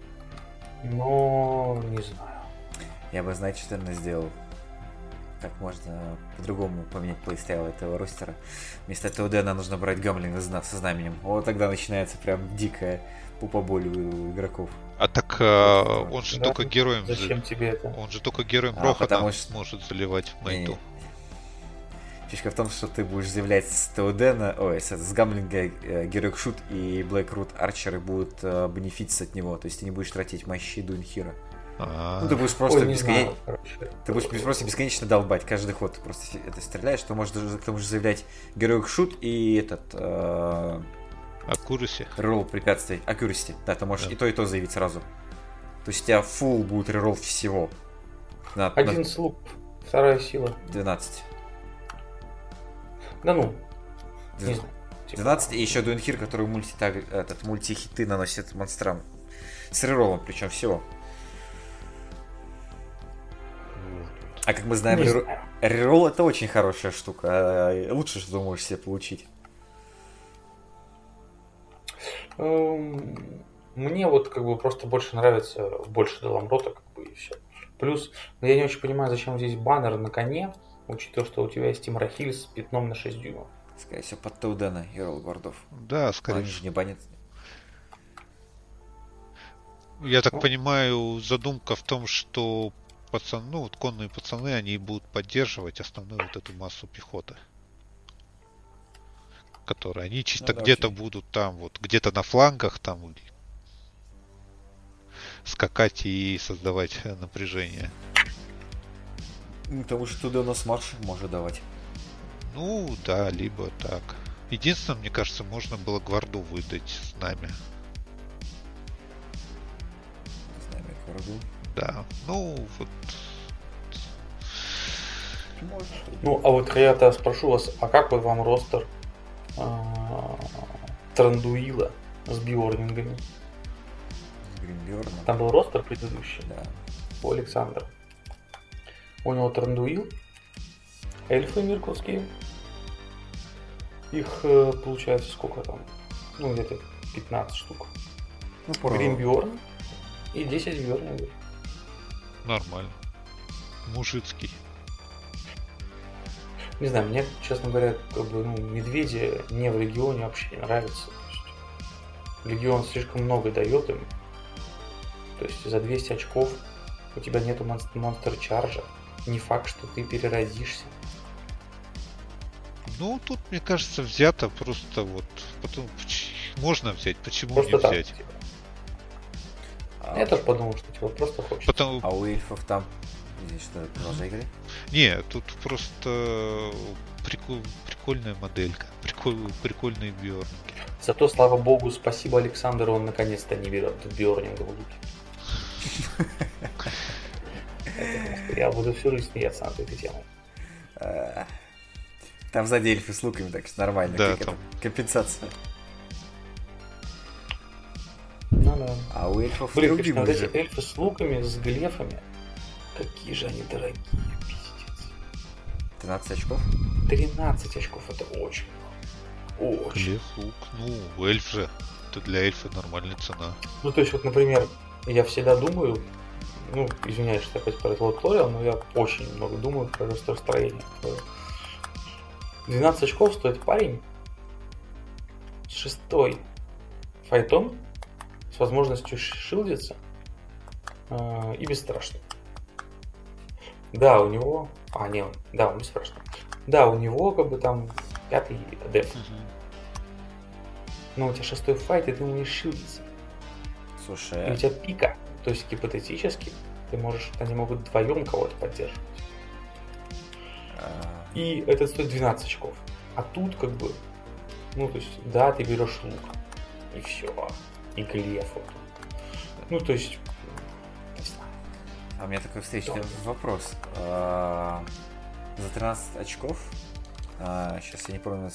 Но не знаю. Я бы, знаете, что наверное, сделал. Как можно по-другому поменять плейстайл этого ростера. Вместо Теодена нужно брать Гамлина со знаменем. Вот тогда начинается прям дикая пупа-боль у игроков. А так он же только героем... Зачем тебе это? Он же только героем Рохана может заливать майту. Фишка в том, что ты будешь заявлять с Теодена, с Гамлинга Героик Шут и Блэк-Рут Арчеры будут бенефититься от него. То есть ты не будешь тратить мощи Дуинхира. Ну, ты будешь просто бесконечно долбать. Каждый ход ты просто это стреляешь. Ты можешь заявлять Героик Шут и Аккураси. Реролл препятствий. Аккураси. Да, ты можешь и то заявить сразу. То есть у тебя фулл будет реролл всего. Один слуп, 2-я сила. 12. Да ну. 12 и еще Дуинхир, который мультихиты наносит монстрам. С рероллом, причем всего. А как мы знаем, реролл это очень хорошая штука. Лучше, что ты можешь себе получить. Мне просто больше нравится больше Доламрота, и все. Плюс, я не очень понимаю, зачем здесь баннер на коне, учитывая, что у тебя есть Имрахиль с пятном на 6 дюймов. Скорее всего, под Теодена и Ролл Гвардов. Да, скорее всего. Не банят. Я так понимаю, задумка в том, что конные пацаны, они будут поддерживать основную вот эту массу пехоты. Которые они чисто где-то будут там, где-то на флангах там скакать и создавать напряжение. Потому что туда у нас марш может давать. Ну да, либо так. Единственное, мне кажется, можно было гварду выдать знамя. Знамя гварду? Да, Ну, а вот я-то спрошу вас, а как вам ростер Трандуила с биорнингами. Гримберном. Там был ростер предыдущий. Да. У Александра. У него Трандуил, эльфы мирковские. Их получается сколько там? Ну, где-то 15 штук. Ну, Гримбьорн и 10 бьорнингов. Нормально. Мужицкий. Не знаю, мне, честно говоря, как бы, медведи не в Легионе вообще не нравятся. То есть, Легион слишком много дает им. То есть за 200 очков у тебя нету монстр чарджа. Не факт, что ты переродишься. Ну, тут, мне кажется, взято просто вот... Потом можно взять, почему Просто не так, взять? типа. Я тоже подумал, что типа просто хочется. Потом... А у эльфов там... Здесь что, продолжай игры? Не, тут просто прикольная моделька. Прикольные бьорнинги. Зато, слава богу, спасибо Александру, он наконец-то не берет бьорнинга в луки. Я буду всю жизнь смеяться над этой темой. Там сзади эльфы с луками, так что нормально. Да, как там. это, компенсация. Ну да. А у эльфов Блин, другие конечно, вот эти мужи. эльфы с луками, с глефами, какие же они дорогие, пиздец. 13 очков? 13 очков, это очень много. Очень. Глеф, лук. Ну, эльф же. Это для эльфа нормальная цена. Ну, то есть, вот, например, я всегда думаю, извиняюсь, что опять про Лоториал, но я очень много думаю про ростостроение. 12 очков стоит парень с 6-й файтом, с возможностью шилдиться и бесстрашный. Да, у него... он бесстрашный. Да, у него как бы там 5-й деф. Но у тебя 6-й файт, и ты умеешь шилдиться. И у Слушай, тебя пика. То есть гипотетически они могут вдвоем кого-то поддерживать. И это стоит 12 очков. А тут как бы, то есть, да, ты берешь лук. И все. И глеф. То есть, не знаю. а у меня такой встречный вопрос. За 13 очков, сейчас я не помню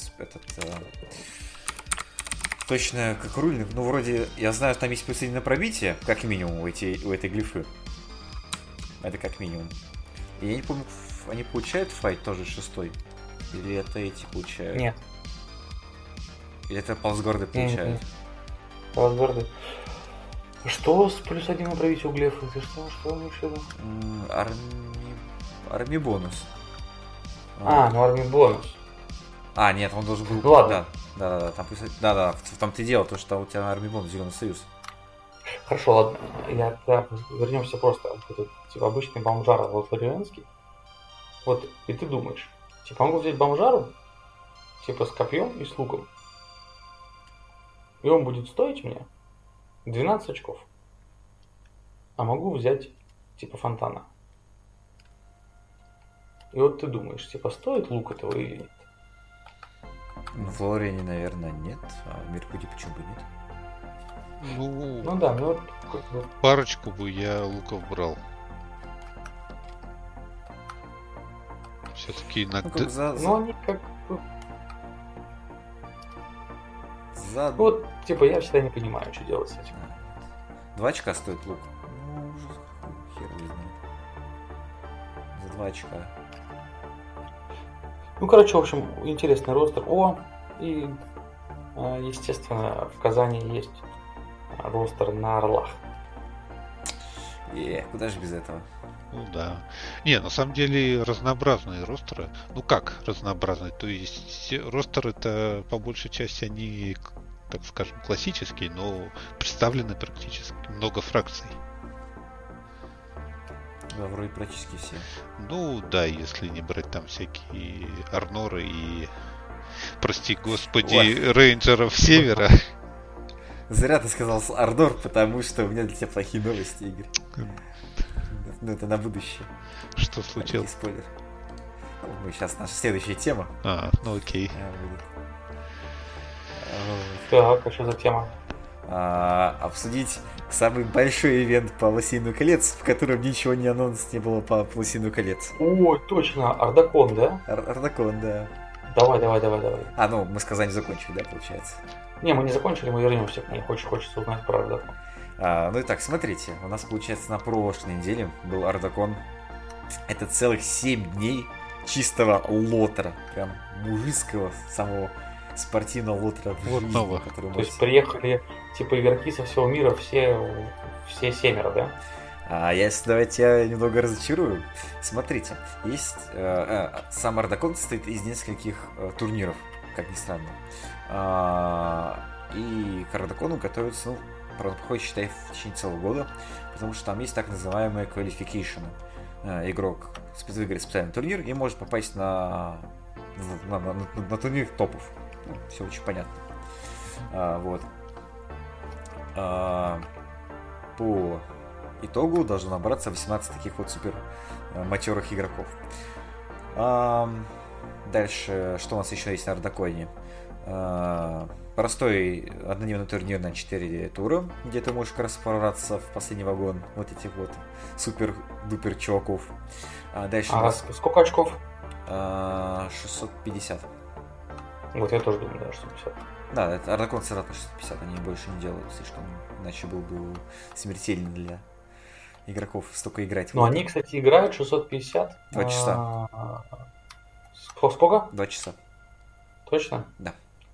точно как рульник, вроде, я знаю, там есть плюсы на пробитие, как минимум у этой глифы. Это как минимум. И я не помню, они получают файт тоже 6-й? Или это эти получают? Нет. Или это полсгорды получают? Полсгорды. Что с +1 на пробитие у глефа? Ты что имеешь в виду? Арми бонус. арми бонус. Нет, он должен был... Ладно. Да, там в том-то и дело, то, что у тебя арми бонус, Зеленый Союз. Хорошо, ладно. Вернемся просто. Этот, типа, обычный бомжар лотарианский. Вот, и ты думаешь, могу взять бомжару, с копьем и с луком. И он будет стоить мне 12 очков. А могу взять, фонтана. И вот ты думаешь, стоит лук этого или нет? В Лориане, наверное, нет. А в Миркуте почему бы нет? Парочку бы я луков брал. Все-таки иногда... они как бы... я всегда не понимаю, что делать с этим. 2 очка стоит лук. Хер не знает. За 2 очка. В общем, интересный ростер. И, естественно, в Казани есть ростер на Орлах. Куда же без этого? Да. Не, на самом деле разнообразные ростеры. Как разнообразные? То есть ростеры-то по большей части они, так скажем, классические, но представлены практически много фракций. Да, вроде практически все. Да, если не брать там всякие Арноры и, прости господи, рейнджеров Севера. Зря ты сказал Ардор, потому что у меня для тебя плохие новости, Игорь. Это на будущее. Что случилось? Спойлер. Сейчас наша следующая тема. Окей. Так, а что за тема? Обсудить самый большой ивент по Властелину колец, в котором ничего не анонс не было по Властелину колец. Ой, точно, Ардакон, да? Ардакон, да. Давай. Ну, мы с Казани закончили, да, получается? Не, мы не закончили, мы вернемся к ней. Хочется узнать про Ардакон. Ну и так, смотрите, у нас, получается, на прошлой неделе был Ардакон. Это целых 7 дней чистого лотера. Прям мужицкого, самого спортивного лотера в жизни, Лотного. который То есть приехали типа игроки со всего мира, все 7, да? Давайте я немного разочарую. Смотрите, есть сам Ардакон состоит из нескольких турниров, как ни странно. И к Ардакону готовятся, правда, проходит, считай, в течение целого года, потому что там есть так называемые qualification. Игрок выиграет специальный турнир и может попасть на турнир топов. Все очень понятно. Вот. По итогу должно набраться 18 таких вот супер матерых игроков. Дальше, что у нас еще есть на Ардаконе? Простой однодневный турнир на 4 тура, где ты можешь как раз прорваться в последний вагон вот этих вот супер-дупер чуваков. Дальше сколько очков? 650. Вот я тоже думаю, да, 650. Да, это Ардакон стандартно 650, они больше не делают слишком, иначе был бы смертельно для игроков столько играть. Ну, они, кстати, играют 650. 2 часа. Сколько? 2 часа. Точно? Да.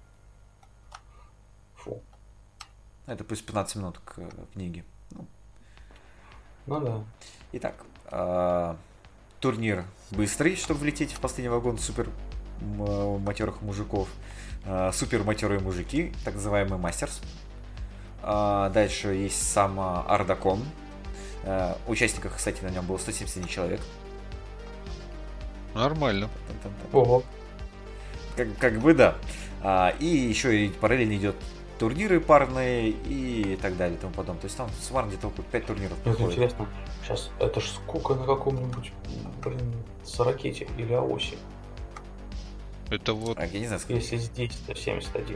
Фу. Это плюс 15 минут к книге. Ну да. Итак, турнир быстрый, чтобы влететь в последний вагон супер матерых мужиков. Супер матерые мужики, так называемый мастерс. Дальше есть сам Ардакон. Участников, кстати, на нем было 171 человек. Нормально. Ого. Как бы да. И еще и параллельно идет турниры парные и так далее и тому подобное. То есть там суммарно где-то около 5 турниров проходит. Интересно, сейчас это ж сколько на каком-нибудь, Сорокете или Аосе? Это вот... Я не знаю, сколько. Если здесь, то 71.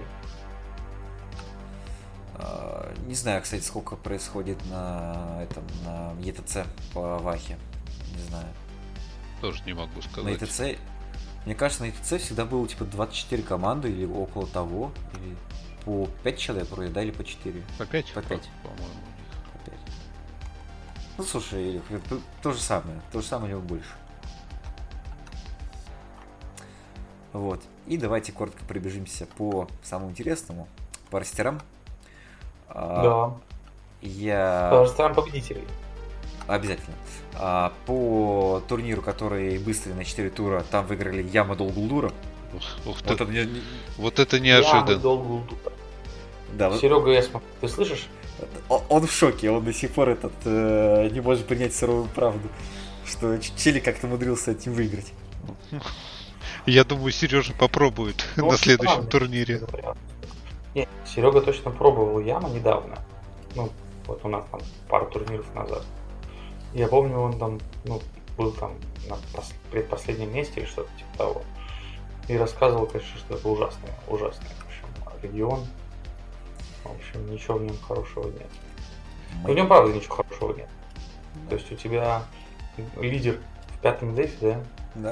Не знаю, кстати, сколько происходит на ЕТЦ по Вахе. Не знаю. Тоже не могу сказать. На ЕТЦ... Мне кажется, на ЕТЦ всегда было типа 24 команды или около того. Или по 5 человек вроде, да, или по 4? По 5? По 5. По-моему. По 5. Ну, слушай, то же самое. То же самое, либо больше. Вот. И давайте коротко пробежимся по самому интересному. По растерам. Да. По растерам победителей. Обязательно. По турниру, который быстрый на 4 тура, там выиграли Яма Долгулдура. Вот это неожиданно. Яма Долгулдура. Да, Серега Эсма, ты слышишь? Он в шоке, он до сих пор не может принять суровую правду, что Чили как-то умудрился этим выиграть. Я думаю, Сережа попробует на следующем турнире. Нет, Серега точно пробовал Яма недавно. Вот у нас там пару турниров назад. Я помню, он там, был там на предпоследнем месте или что-то типа того. И рассказывал, конечно, что это ужасный, в общем, регион. В общем, ничего в нем хорошего нет. В нем, правда, ничего хорошего нет. То есть у тебя лидер в 5-м дефе, да? Да.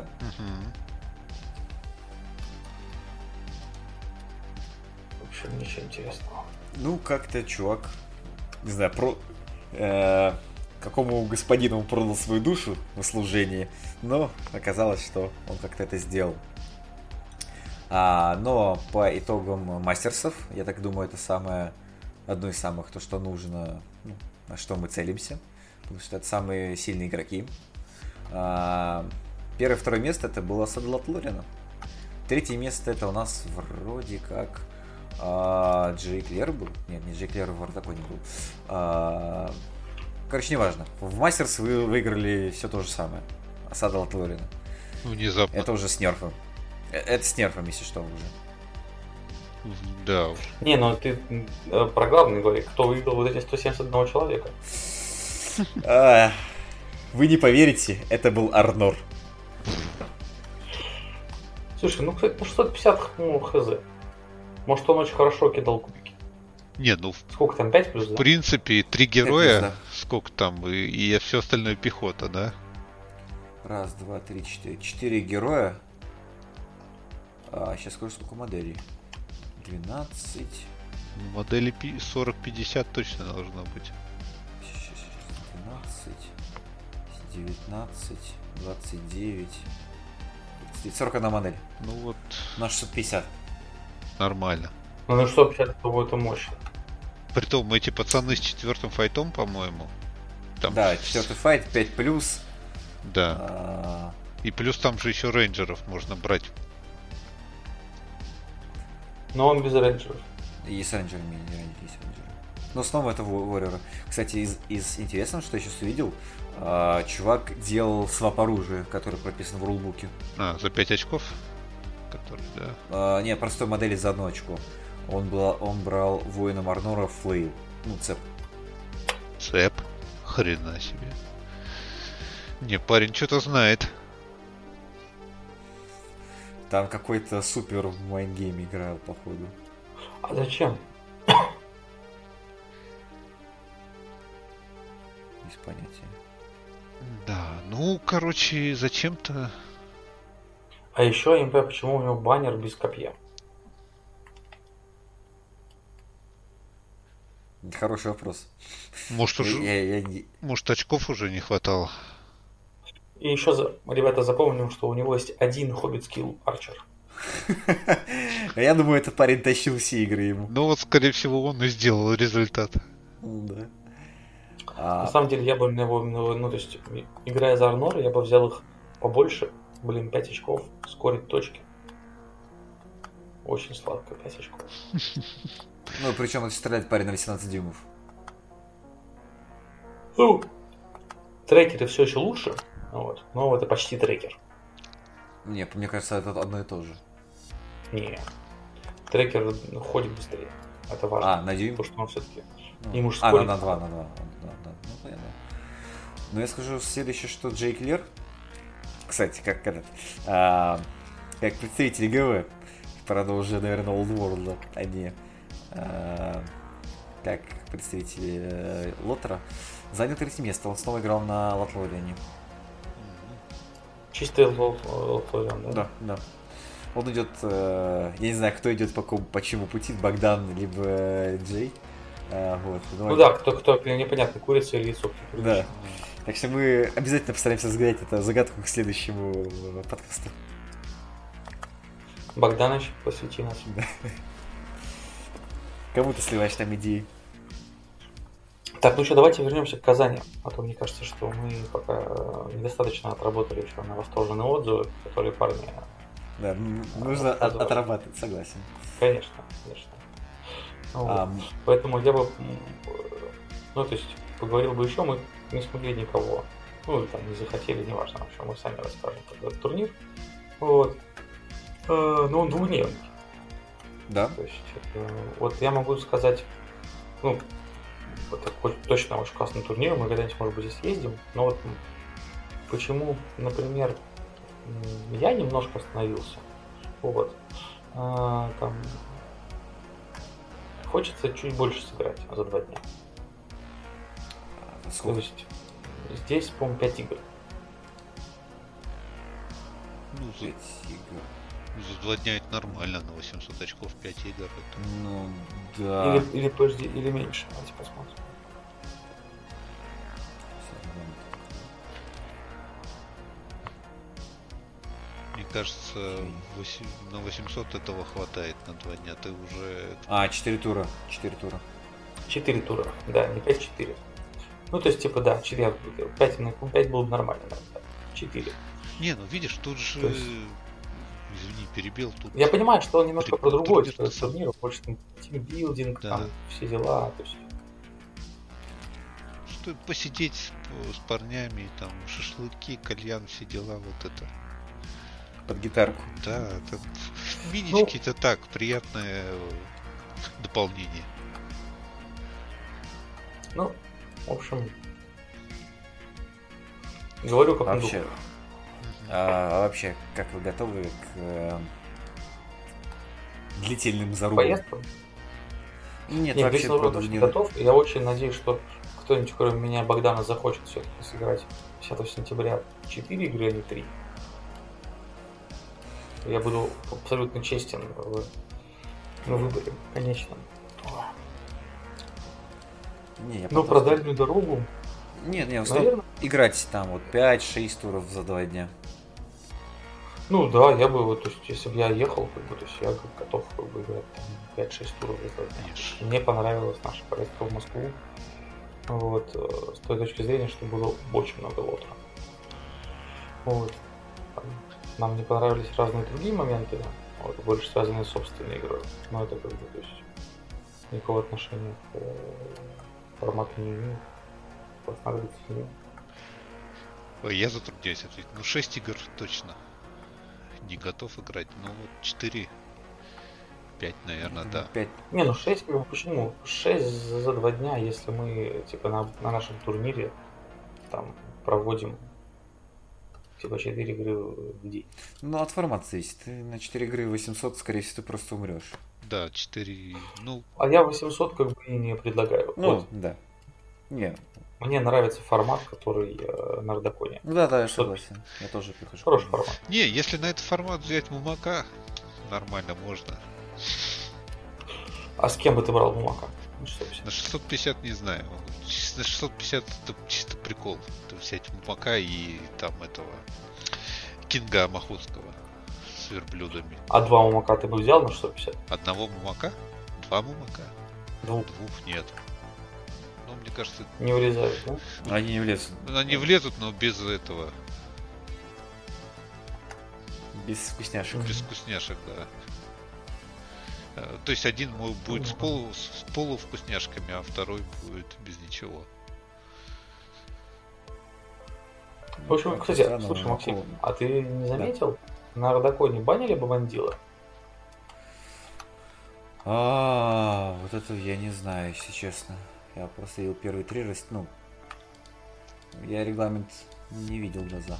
В общем, ничего интересного. Как-то чувак, не знаю, какому господину он продал свою душу в служении, но оказалось, что он как-то это сделал. Но по итогам мастерсов, я так думаю, это одно из самых, то, что нужно, на что мы целимся, потому что это самые сильные игроки. Первое, второе место это было Садлат Лорина. Третье место это у нас вроде как Джей Клер был. Нет, не Джей Клер, в Ардаконе был. Короче, неважно. В Мастерс вы выиграли все то же самое. Садлат Лорина. Внезапно. Это уже с нерфом. Это с нерфом, если что, уже. Да уж. Не, ты про главный говори. Кто выиграл вот эти 171 человека? Вы не поверите, это был Арнор. Слушай, кстати, на 650 хз. Может, он очень хорошо кидал кубики. Не, сколько там, 5 плюс, да? В принципе, 3 героя, да. Сколько там, и все остальное пехота, да? 1, 2, 3, 4. 4 героя. Сейчас скажу, сколько моделей. 12. Модели 40-50 точно должно быть. 12, 19, 29, 41 модель. Ну вот. На 650. Нормально. Ну что, 50 это мощно. Притом эти пацаны с 4-м файтом, по-моему. Там... Да, 4-й файт, 5+. Да. И плюс там же еще рейнджеров можно брать. Но он без рейнджеров. И с рейнджерами, есть рейнджеры. Но снова это Warrior. Кстати, из интересного, что я сейчас увидел, чувак делал свап оружия, который прописан в рулбуке. За 5 очков? Который, да. Не, простой модели за 1 очко. Он брал воином Арнора Флейл. Ну, цеп. Цеп? Хрена себе. Не, парень что-то знает. Там какой-то супер в майнгейме играл, походу. А зачем? Без понятия. Да, ну, короче, зачем-то... А еще я не понимаю, почему у него баннер без копья. Хороший вопрос. Может, уже... Может, очков уже не хватало. И еще, ребята, запомним, что у него есть один хоббит скилл арчер. Я думаю, этот парень тащил все игры ему. Ну вот, скорее всего, он и сделал результат. Да. На самом деле, я бы его, ну, то есть, играя за Арнора, я бы взял их побольше. 5 очков, скорить точки. Очень сладко, 5 очков. Ну, причем он стреляет парень на 18 дюймов. Ну, трекеры все еще лучше, вот, но это почти трекер. Не, мне кажется, это одно и то же. Не, трекер ходит быстрее. Это важно. На дюйм? Потому что он все-таки ему же скорит. На 2. Ну, понятно. Но я скажу следующее, что Джейк Лер, кстати, как представитель ГВ, правда, уже, наверное, Old World, а не как представитель Лотера, занял 3 место. Он снова играл на Лотлориане. Чистый Лотлориан, да? Да. Он идет, я не знаю, кто идет по чему пути, Богдан либо Джей. Вот. Ну да, кто непонятно, курица или яйцо. Да. Так что мы обязательно постараемся загадать эту загадку к следующему подкасту. Богданович, посвяти нас. Кому ты сливаешь там идеи? Так, ну что, давайте вернемся к Казани. А то мне кажется, что мы пока недостаточно отработали еще на восторженные отзывы, которые парни... Да, нужно отрабатывать, согласен. Конечно. Вот. Поэтому я бы... Ну, то есть, поговорил бы еще, мы не смогли никого. Ну, или там не захотели, неважно, в общем, мы сами расскажем про этот турнир. Вот. Но он двухдневный. Да. То есть, вот я могу сказать, ну, вот такой точно очень классный турнир, мы когда-нибудь, может быть, здесь ездим, но вот почему, например, я немножко остановился, вот, там, хочется чуть больше сыграть за 2 дня. Сколько? То есть, здесь, по-моему, 5 игр. Ну, 5 игр. За 2 дня это нормально, на 800 очков 5 игр. Это... Ну, да. Или подожди, или меньше. Давайте посмотрим. Мне кажется, на 800 этого хватает на 2 дня. Ты уже... 4 тура. 4 тура. 4 тура, да, не 5-4. Ну, то есть, типа, да, 4, 5 было бы нормально, да, 4. Не, ну видишь, тут же... Есть... Извини, перебил тут. Я понимаю, что он немножко про другой, что это турнир, больше там тимбилдинг, да. Там все дела, то есть... Что посидеть с парнями, там, шашлыки, кальян, все дела, вот это. Под гитарку. Да, это... минички это так, приятное дополнение. Ну, в общем, говорю как вообще. Вообще, как вы готовы к длительным зарубам? Поездкам? Нет, вообще не готов. Я очень надеюсь, что кто-нибудь, кроме меня, Богдана, захочет все-таки сыграть 10 сентября 4 игры, а не 3. Я буду абсолютно честен в выборе, конечно. Но про дальнюю дорогу... Не, наверное... играть там вот 5-6 туров за 2 дня. Ну да, я бы вот, то есть, если бы я ехал, как бы, то есть я готов как бы играть там 5-6 туров за 2 дня. Мне понравилась наша поездка в Москву. Вот, с той точки зрения, что было очень много лотера. Вот. Нам не понравились разные другие моменты, вот, больше связанные с собственной игрой. Но это как бы, то есть, никакого отношения к формату не имеет. Восстанавливаться не имеет. Ой, я затрудняюсь ответить. 6 игр точно не готов играть. Ну вот 4, 5, наверное, да. 5. Не, 6, почему? 6 за 2 дня, если мы типа на нашем турнире там проводим типа 4 игры в день. Ну, от формата зависит. Ты на 4 игры 800, скорее всего, ты просто умрешь. Да, 4, ну... А я 800 как бы и не предлагаю. Ну, вот. Да. Не. Мне нравится формат, который на Родоконе. Ну да, я согласен. Я тоже прихожу. Хороший формат. Не, если на этот формат взять Мумака, нормально можно. А с кем бы ты брал Мумака? На 650 не знаю. На 650 это чисто прикол. Это взять Мумака и там этого Кинга Махутского с верблюдами. А 2 Мумака ты бы взял на 650? Одного Мумака? 2 Мумака? 2 нет. Ну, мне кажется... Не влезают, да? Они не влезут. Они влезут, но без этого. Без вкусняшек. Без вкусняшек, да. То есть один будет с полувкусняшками, а второй будет без ничего. В общем, кстати, слушай, Максим, а ты не заметил? Да. На Родоконе банили бы Бандила? Вот это я не знаю, если честно. Я просто видел первые 3 раз. Ну, я регламент не видел глаза.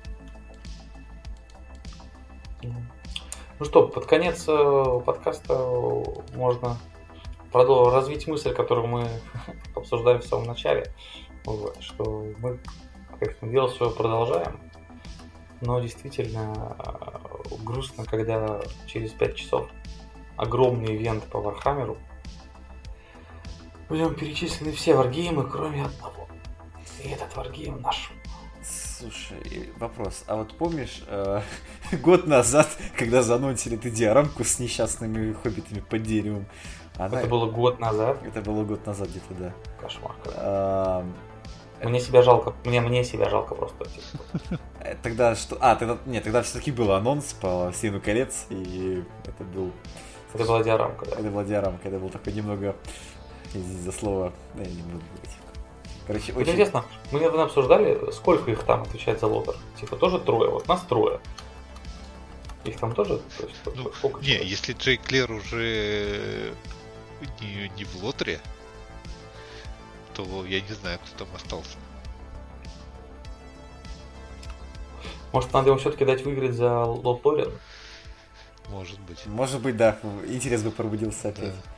Ну что, под конец подкаста можно развить мысль, которую мы обсуждали в самом начале. Вот, что мы дело свое продолжаем. Но действительно грустно, когда через 5 часов огромный ивент по Вархаммеру. В нем перечислены все варгеймы, кроме одного. И этот варгейм наш. Слушай, вопрос. А вот помнишь, год назад, когда заанонсили ты диарамку с несчастными хоббитами под деревом? Это было год назад? Это было год назад где-то, да. Кошмар. Мне себя жалко. Мне себя жалко просто. Тогда что? Тогда все-таки был анонс по Властелину колец, и это был... Это была диарамка, да. Это была диарамка, это был такой немного... Извините за слово. Я не буду говорить. Короче, очень... Интересно, мы недавно обсуждали, сколько их там отвечает за лотер. Типа тоже 3, вот нас 3. Их там тоже? То есть, ну, сколько не, человек? Если Джей Клер уже не в лотере, то я не знаю, кто там остался. Может, надо ему все-таки дать выиграть за Лоторин? Может быть. Может быть, да. Интерес бы пробудился опять. Да.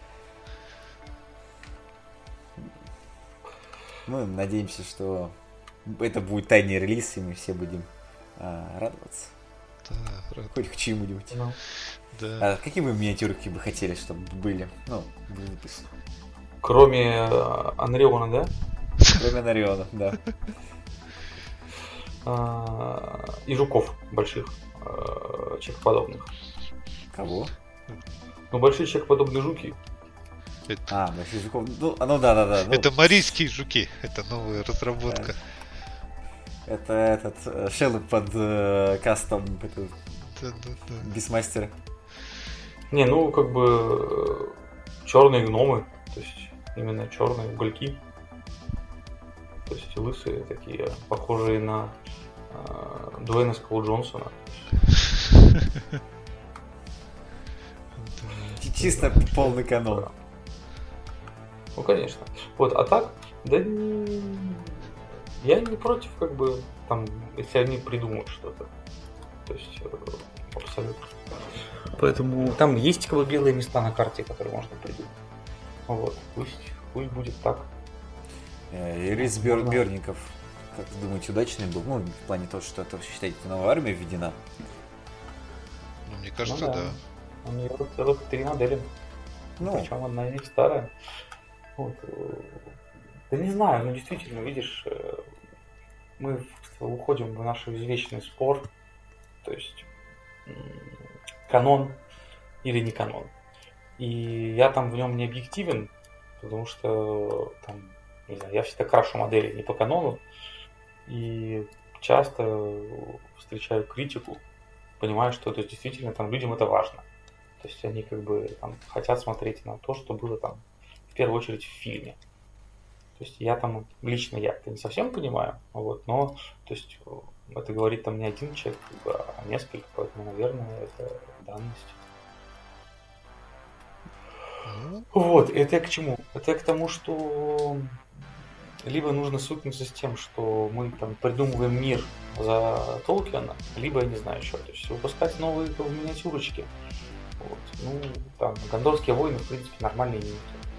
Мы надеемся, что это будет тайный релиз, и мы все будем радоваться. Да, хоть к чему-нибудь. No. Да. Какие бы миниатюрки бы хотели, чтобы были? Ну, выпуск. Кроме Анриона, да? Кроме Анриона, да. И жуков больших, человекоподобных. Кого? Ну, большие человекоподобные жуки. Больших жуков. Ну да. Это марийские жуки. Это новая разработка. Да. Это этот шеллоп под кастом Бисмастера. Не, ну как бы черные гномы, то есть именно черные угольки. То есть лысые такие, похожие на Дуэйна Скала Джонсона. Чисто полный канон. Ну, конечно. Вот, а так, да я не против, как бы, там, если они придумают что-то. То есть, абсолютно. Поэтому там есть как бы белые места на карте, которые можно придумать. Вот, пусть будет так. Рейс Бёрников, как вы думаете, удачный был? Ну, в плане того, что это, считаете, новая армия введена? Мне кажется, да. У нее целых 3 модели. Причем одна из них старая. Вот. Да не знаю, но действительно, видишь, мы уходим в наш извечный спор. То есть канон или не канон. И я там в нем не объективен, потому что там, не знаю, я всегда крашу модели не по канону. И часто встречаю критику, понимаю, что это действительно там людям это важно. То есть они как бы там хотят смотреть на то, что было там в первую очередь в фильме. То есть я там, лично я это не совсем понимаю, вот, но то есть это говорит там не один человек, а несколько, поэтому, наверное, это данность. Вот, это я к чему? Это я к тому, что либо нужно свыкнуться с тем, что мы там придумываем мир за Толкиана, либо, я не знаю еще, то есть выпускать новые миниатюрочки. Вот. Ну, там, Гондорские войны, в принципе, нормальные юниты.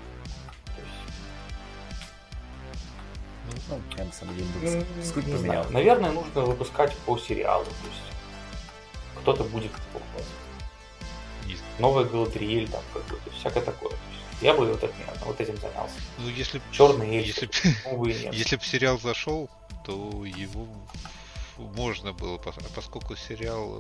Ну, я на самом деле суть поменял. Наверное, нужно выпускать по сериалу. То есть кто-то будет покупать. Новая Галадриэль, там, какой-то, всякое такое. Я бы вот этим занялся. Ну, если Черный эльф. Если бы сериал зашел, то его можно было, поскольку сериал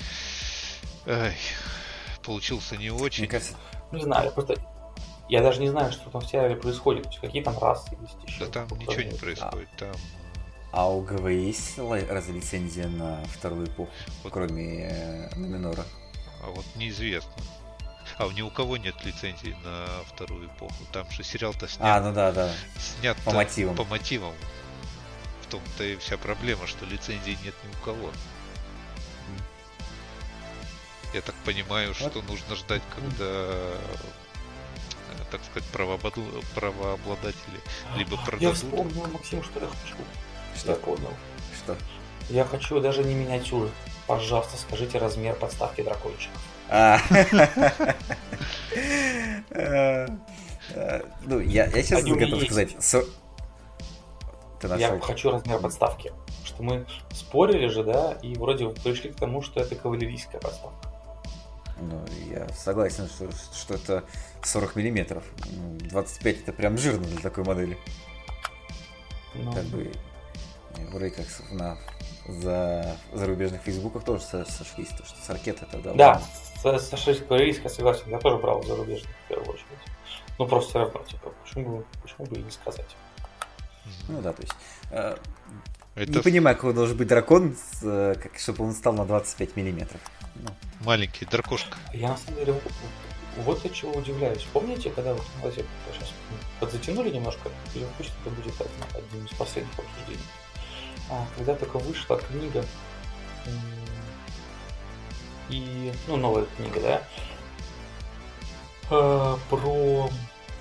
получился не очень. Мне кажется... Не знаю, я даже не знаю, что там в сериале происходит, то есть какие там расы есть еще. Да там ничего не происходит, там. А у ГВ есть лицензия на вторую эпоху, вот. Кроме Нуминора? А вот неизвестно. А ни у кого нет лицензии на вторую эпоху. Там же сериал-то снят. Ну да. Снят по мотивам. По мотивам. В том-то и вся проблема, что лицензии нет ни у кого. Я так понимаю, что нужно ждать, когда, так сказать, правообладатели либо продадут. Я вспомнил, Максим, что я хочу. Что? Я понял. Что? Я хочу даже не миниатюры. Пожалуйста, скажите размер подставки дракончиков. Ну, я честно готов сказать. Я хочу размер подставки. Что мы спорили же, да, и вроде пришли к тому, что это кавалерийская подставка. Ну, я согласен, что это 40 миллиметров. 25 это прям жирно для такой модели. Как бы вроде как на зарубежных фейсбуках тоже сошлись, то что 40 это давно. Да, сошлись кавалерийская, согласен. Я тоже брал зарубежных в первую очередь. Ну просто все равно, типа, почему бы и не сказать. Ну да, то есть не понимаю, какой должен быть дракон, чтобы он стал на 25 миллиметров. Маленький дракошка. Я на самом деле вот от чего удивляюсь. Помните, когда вы сейчас подзатянули немножко, или пусть это будет одним из последних обсуждений. Когда только вышла книга и, новая книга, да, про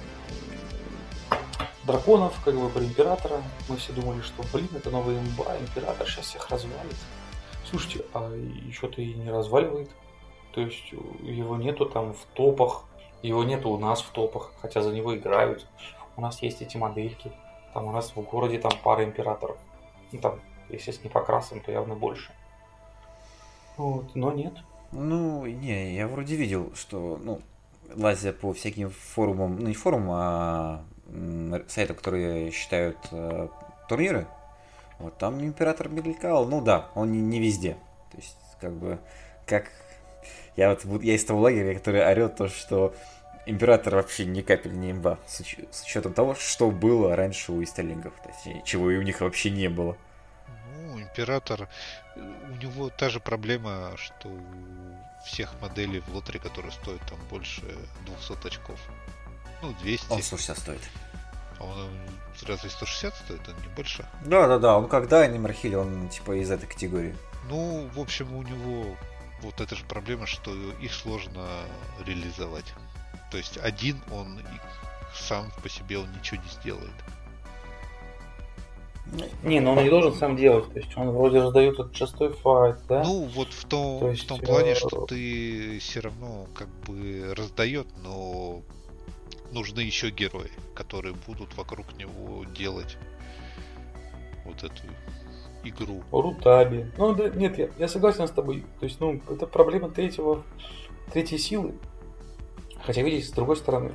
драконов, как бы про императора. Мы все думали, что, это новая имба, император сейчас всех развалит. Слушайте, а еще-то и не разваливает. То есть его нету там в топах, его нету у нас в топах, хотя за него играют. У нас есть эти модельки. Там у нас в городе там пара императоров. Ну там, если с не по красам, то явно больше. Вот, но нет. Ну, не, я вроде видел, что, лазя по всяким форумам, не форумам, а сайтам, которые считают турниры, вот там император мелькал, да, он не везде. То есть, я из того лагеря, который орет то, что император вообще ни капель не имба, с учетом того, что было раньше у истерлингов, точнее, чего и у них вообще не было. Император, у него та же проблема, что у всех моделей в лотере, которые стоят там больше 200 очков. 200. Он 160 стоит. А он разве 160 стоит, он не больше? Да, он когда Анимар Хилл, он типа из этой категории. В общем, у него вот эта же проблема, что их сложно реализовать. То есть один он сам по себе он ничего не сделает. Не, он не должен сам делать. То есть он вроде раздает этот шестой файт, да? Вот в том плане, что ты все равно как бы раздает, но нужны еще герои, которые будут вокруг него делать вот эту игру. Рутаби. Ну, да, нет, я согласен с тобой. То есть, это проблема третьей силы. Хотя, видите, с другой стороны,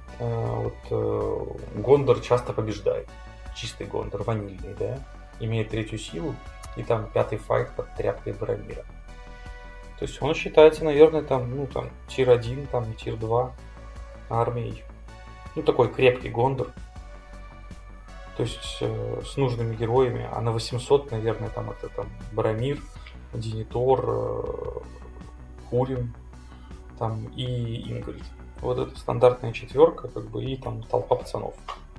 Гондор часто побеждает. Чистый Гондор, ванильный, да? Имеет третью силу, и там 5-й файт под тряпкой Барамира. То есть он считается, наверное, тир 1, тир 2 армией. Такой крепкий Гондор. То есть с нужными героями. А на 800, наверное, это Барамир, Денитор, Хурин и Ингрид. Вот это стандартная четверка, и толпа пацанов.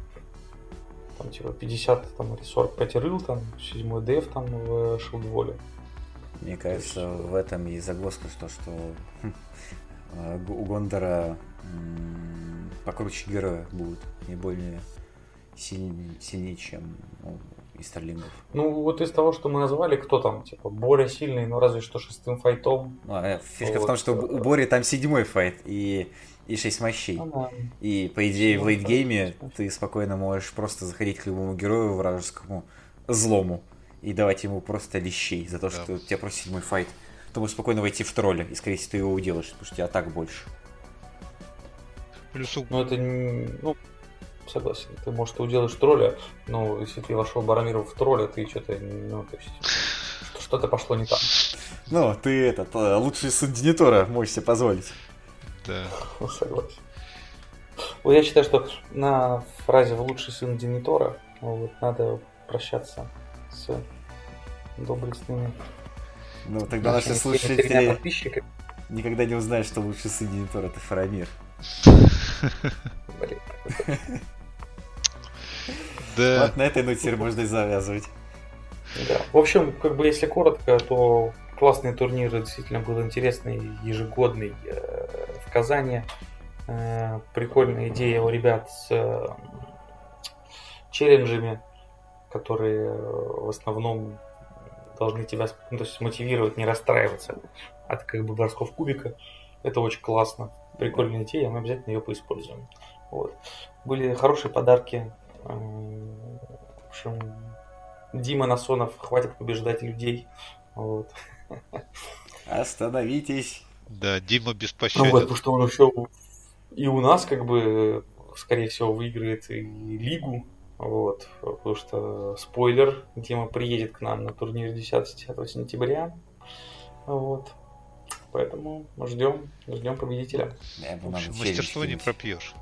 50 или 45 рыл, 7-й деф в Шилдволе. Мне кажется, в этом и загвоздка, что у Гондора покруче героя будут, не более сильнее, чем из Старлингов. Из того, что мы назвали, кто там, Боря сильный, но разве что 6-м файтом. Фишка в том, что у Бори там 7-й файт и 6 мощей. И, по идее, в лейтгейме ты спокойно можешь просто заходить к любому герою вражескому злому и давать ему просто лещей за то, что у тебя просто 7-й файт. Ты можешь спокойно войти в тролля, и, скорее всего, ты его уделаешь, потому что у тебя атак больше. Согласен, ты, может, уделаешь тролля, но если ты вошел Барамиру в тролля, ты что-то пошло не так. Ты лучший сын Денитора можешь себе позволить. Да. Согласен. Я считаю, что на фразе «лучший сын Денитора» надо прощаться с доблестными. Тогда наши слушатели никогда не узнают, что лучший сын Денитора — это Фарамир. Да. Вот на этой ноте можно и завязывать. Да. В общем, если коротко, то классный турнир, действительно был интересный, ежегодный в Казани. Прикольная идея у ребят с челленджами, которые в основном должны тебя мотивировать, не расстраиваться от бросков кубика. Это очень классно. Прикольная идея, мы обязательно ее поиспользуем. Были хорошие подарки. В общем, Дима Насонов, хватит побеждать людей. Остановитесь. Да, Дима беспощаден. Потому что он еще и у нас, скорее всего, выиграет и лигу. Потому что, спойлер, Дима приедет к нам на турнир 10 сентября. Поэтому ждем победителя. Мастерство не пропьешь.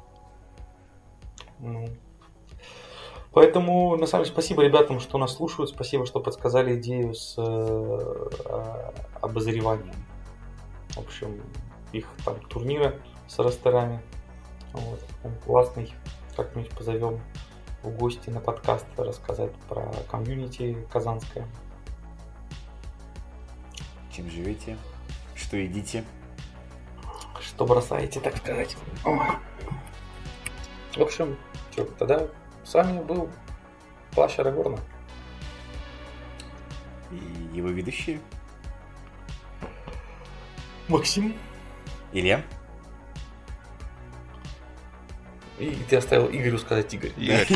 Поэтому, на самом деле, спасибо ребятам, что нас слушают. Спасибо, что подсказали идею с обозреванием. В общем, их турнира с ростерами. Он классный. Как-нибудь позовем в гости на подкаст рассказать про комьюнити казанское. Чем живете? Что едите? Что бросаете, так сказать. В общем, тогда с вами был Плащ Арагорна. И его ведущие. Максим. Илья. И ты оставил Игорю сказать Игорь.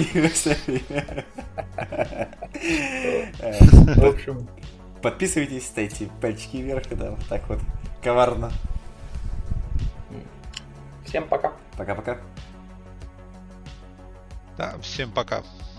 В общем, подписывайтесь, ставьте пальчики вверх, так коварно. Всем пока. Пока-пока. Да, всем пока.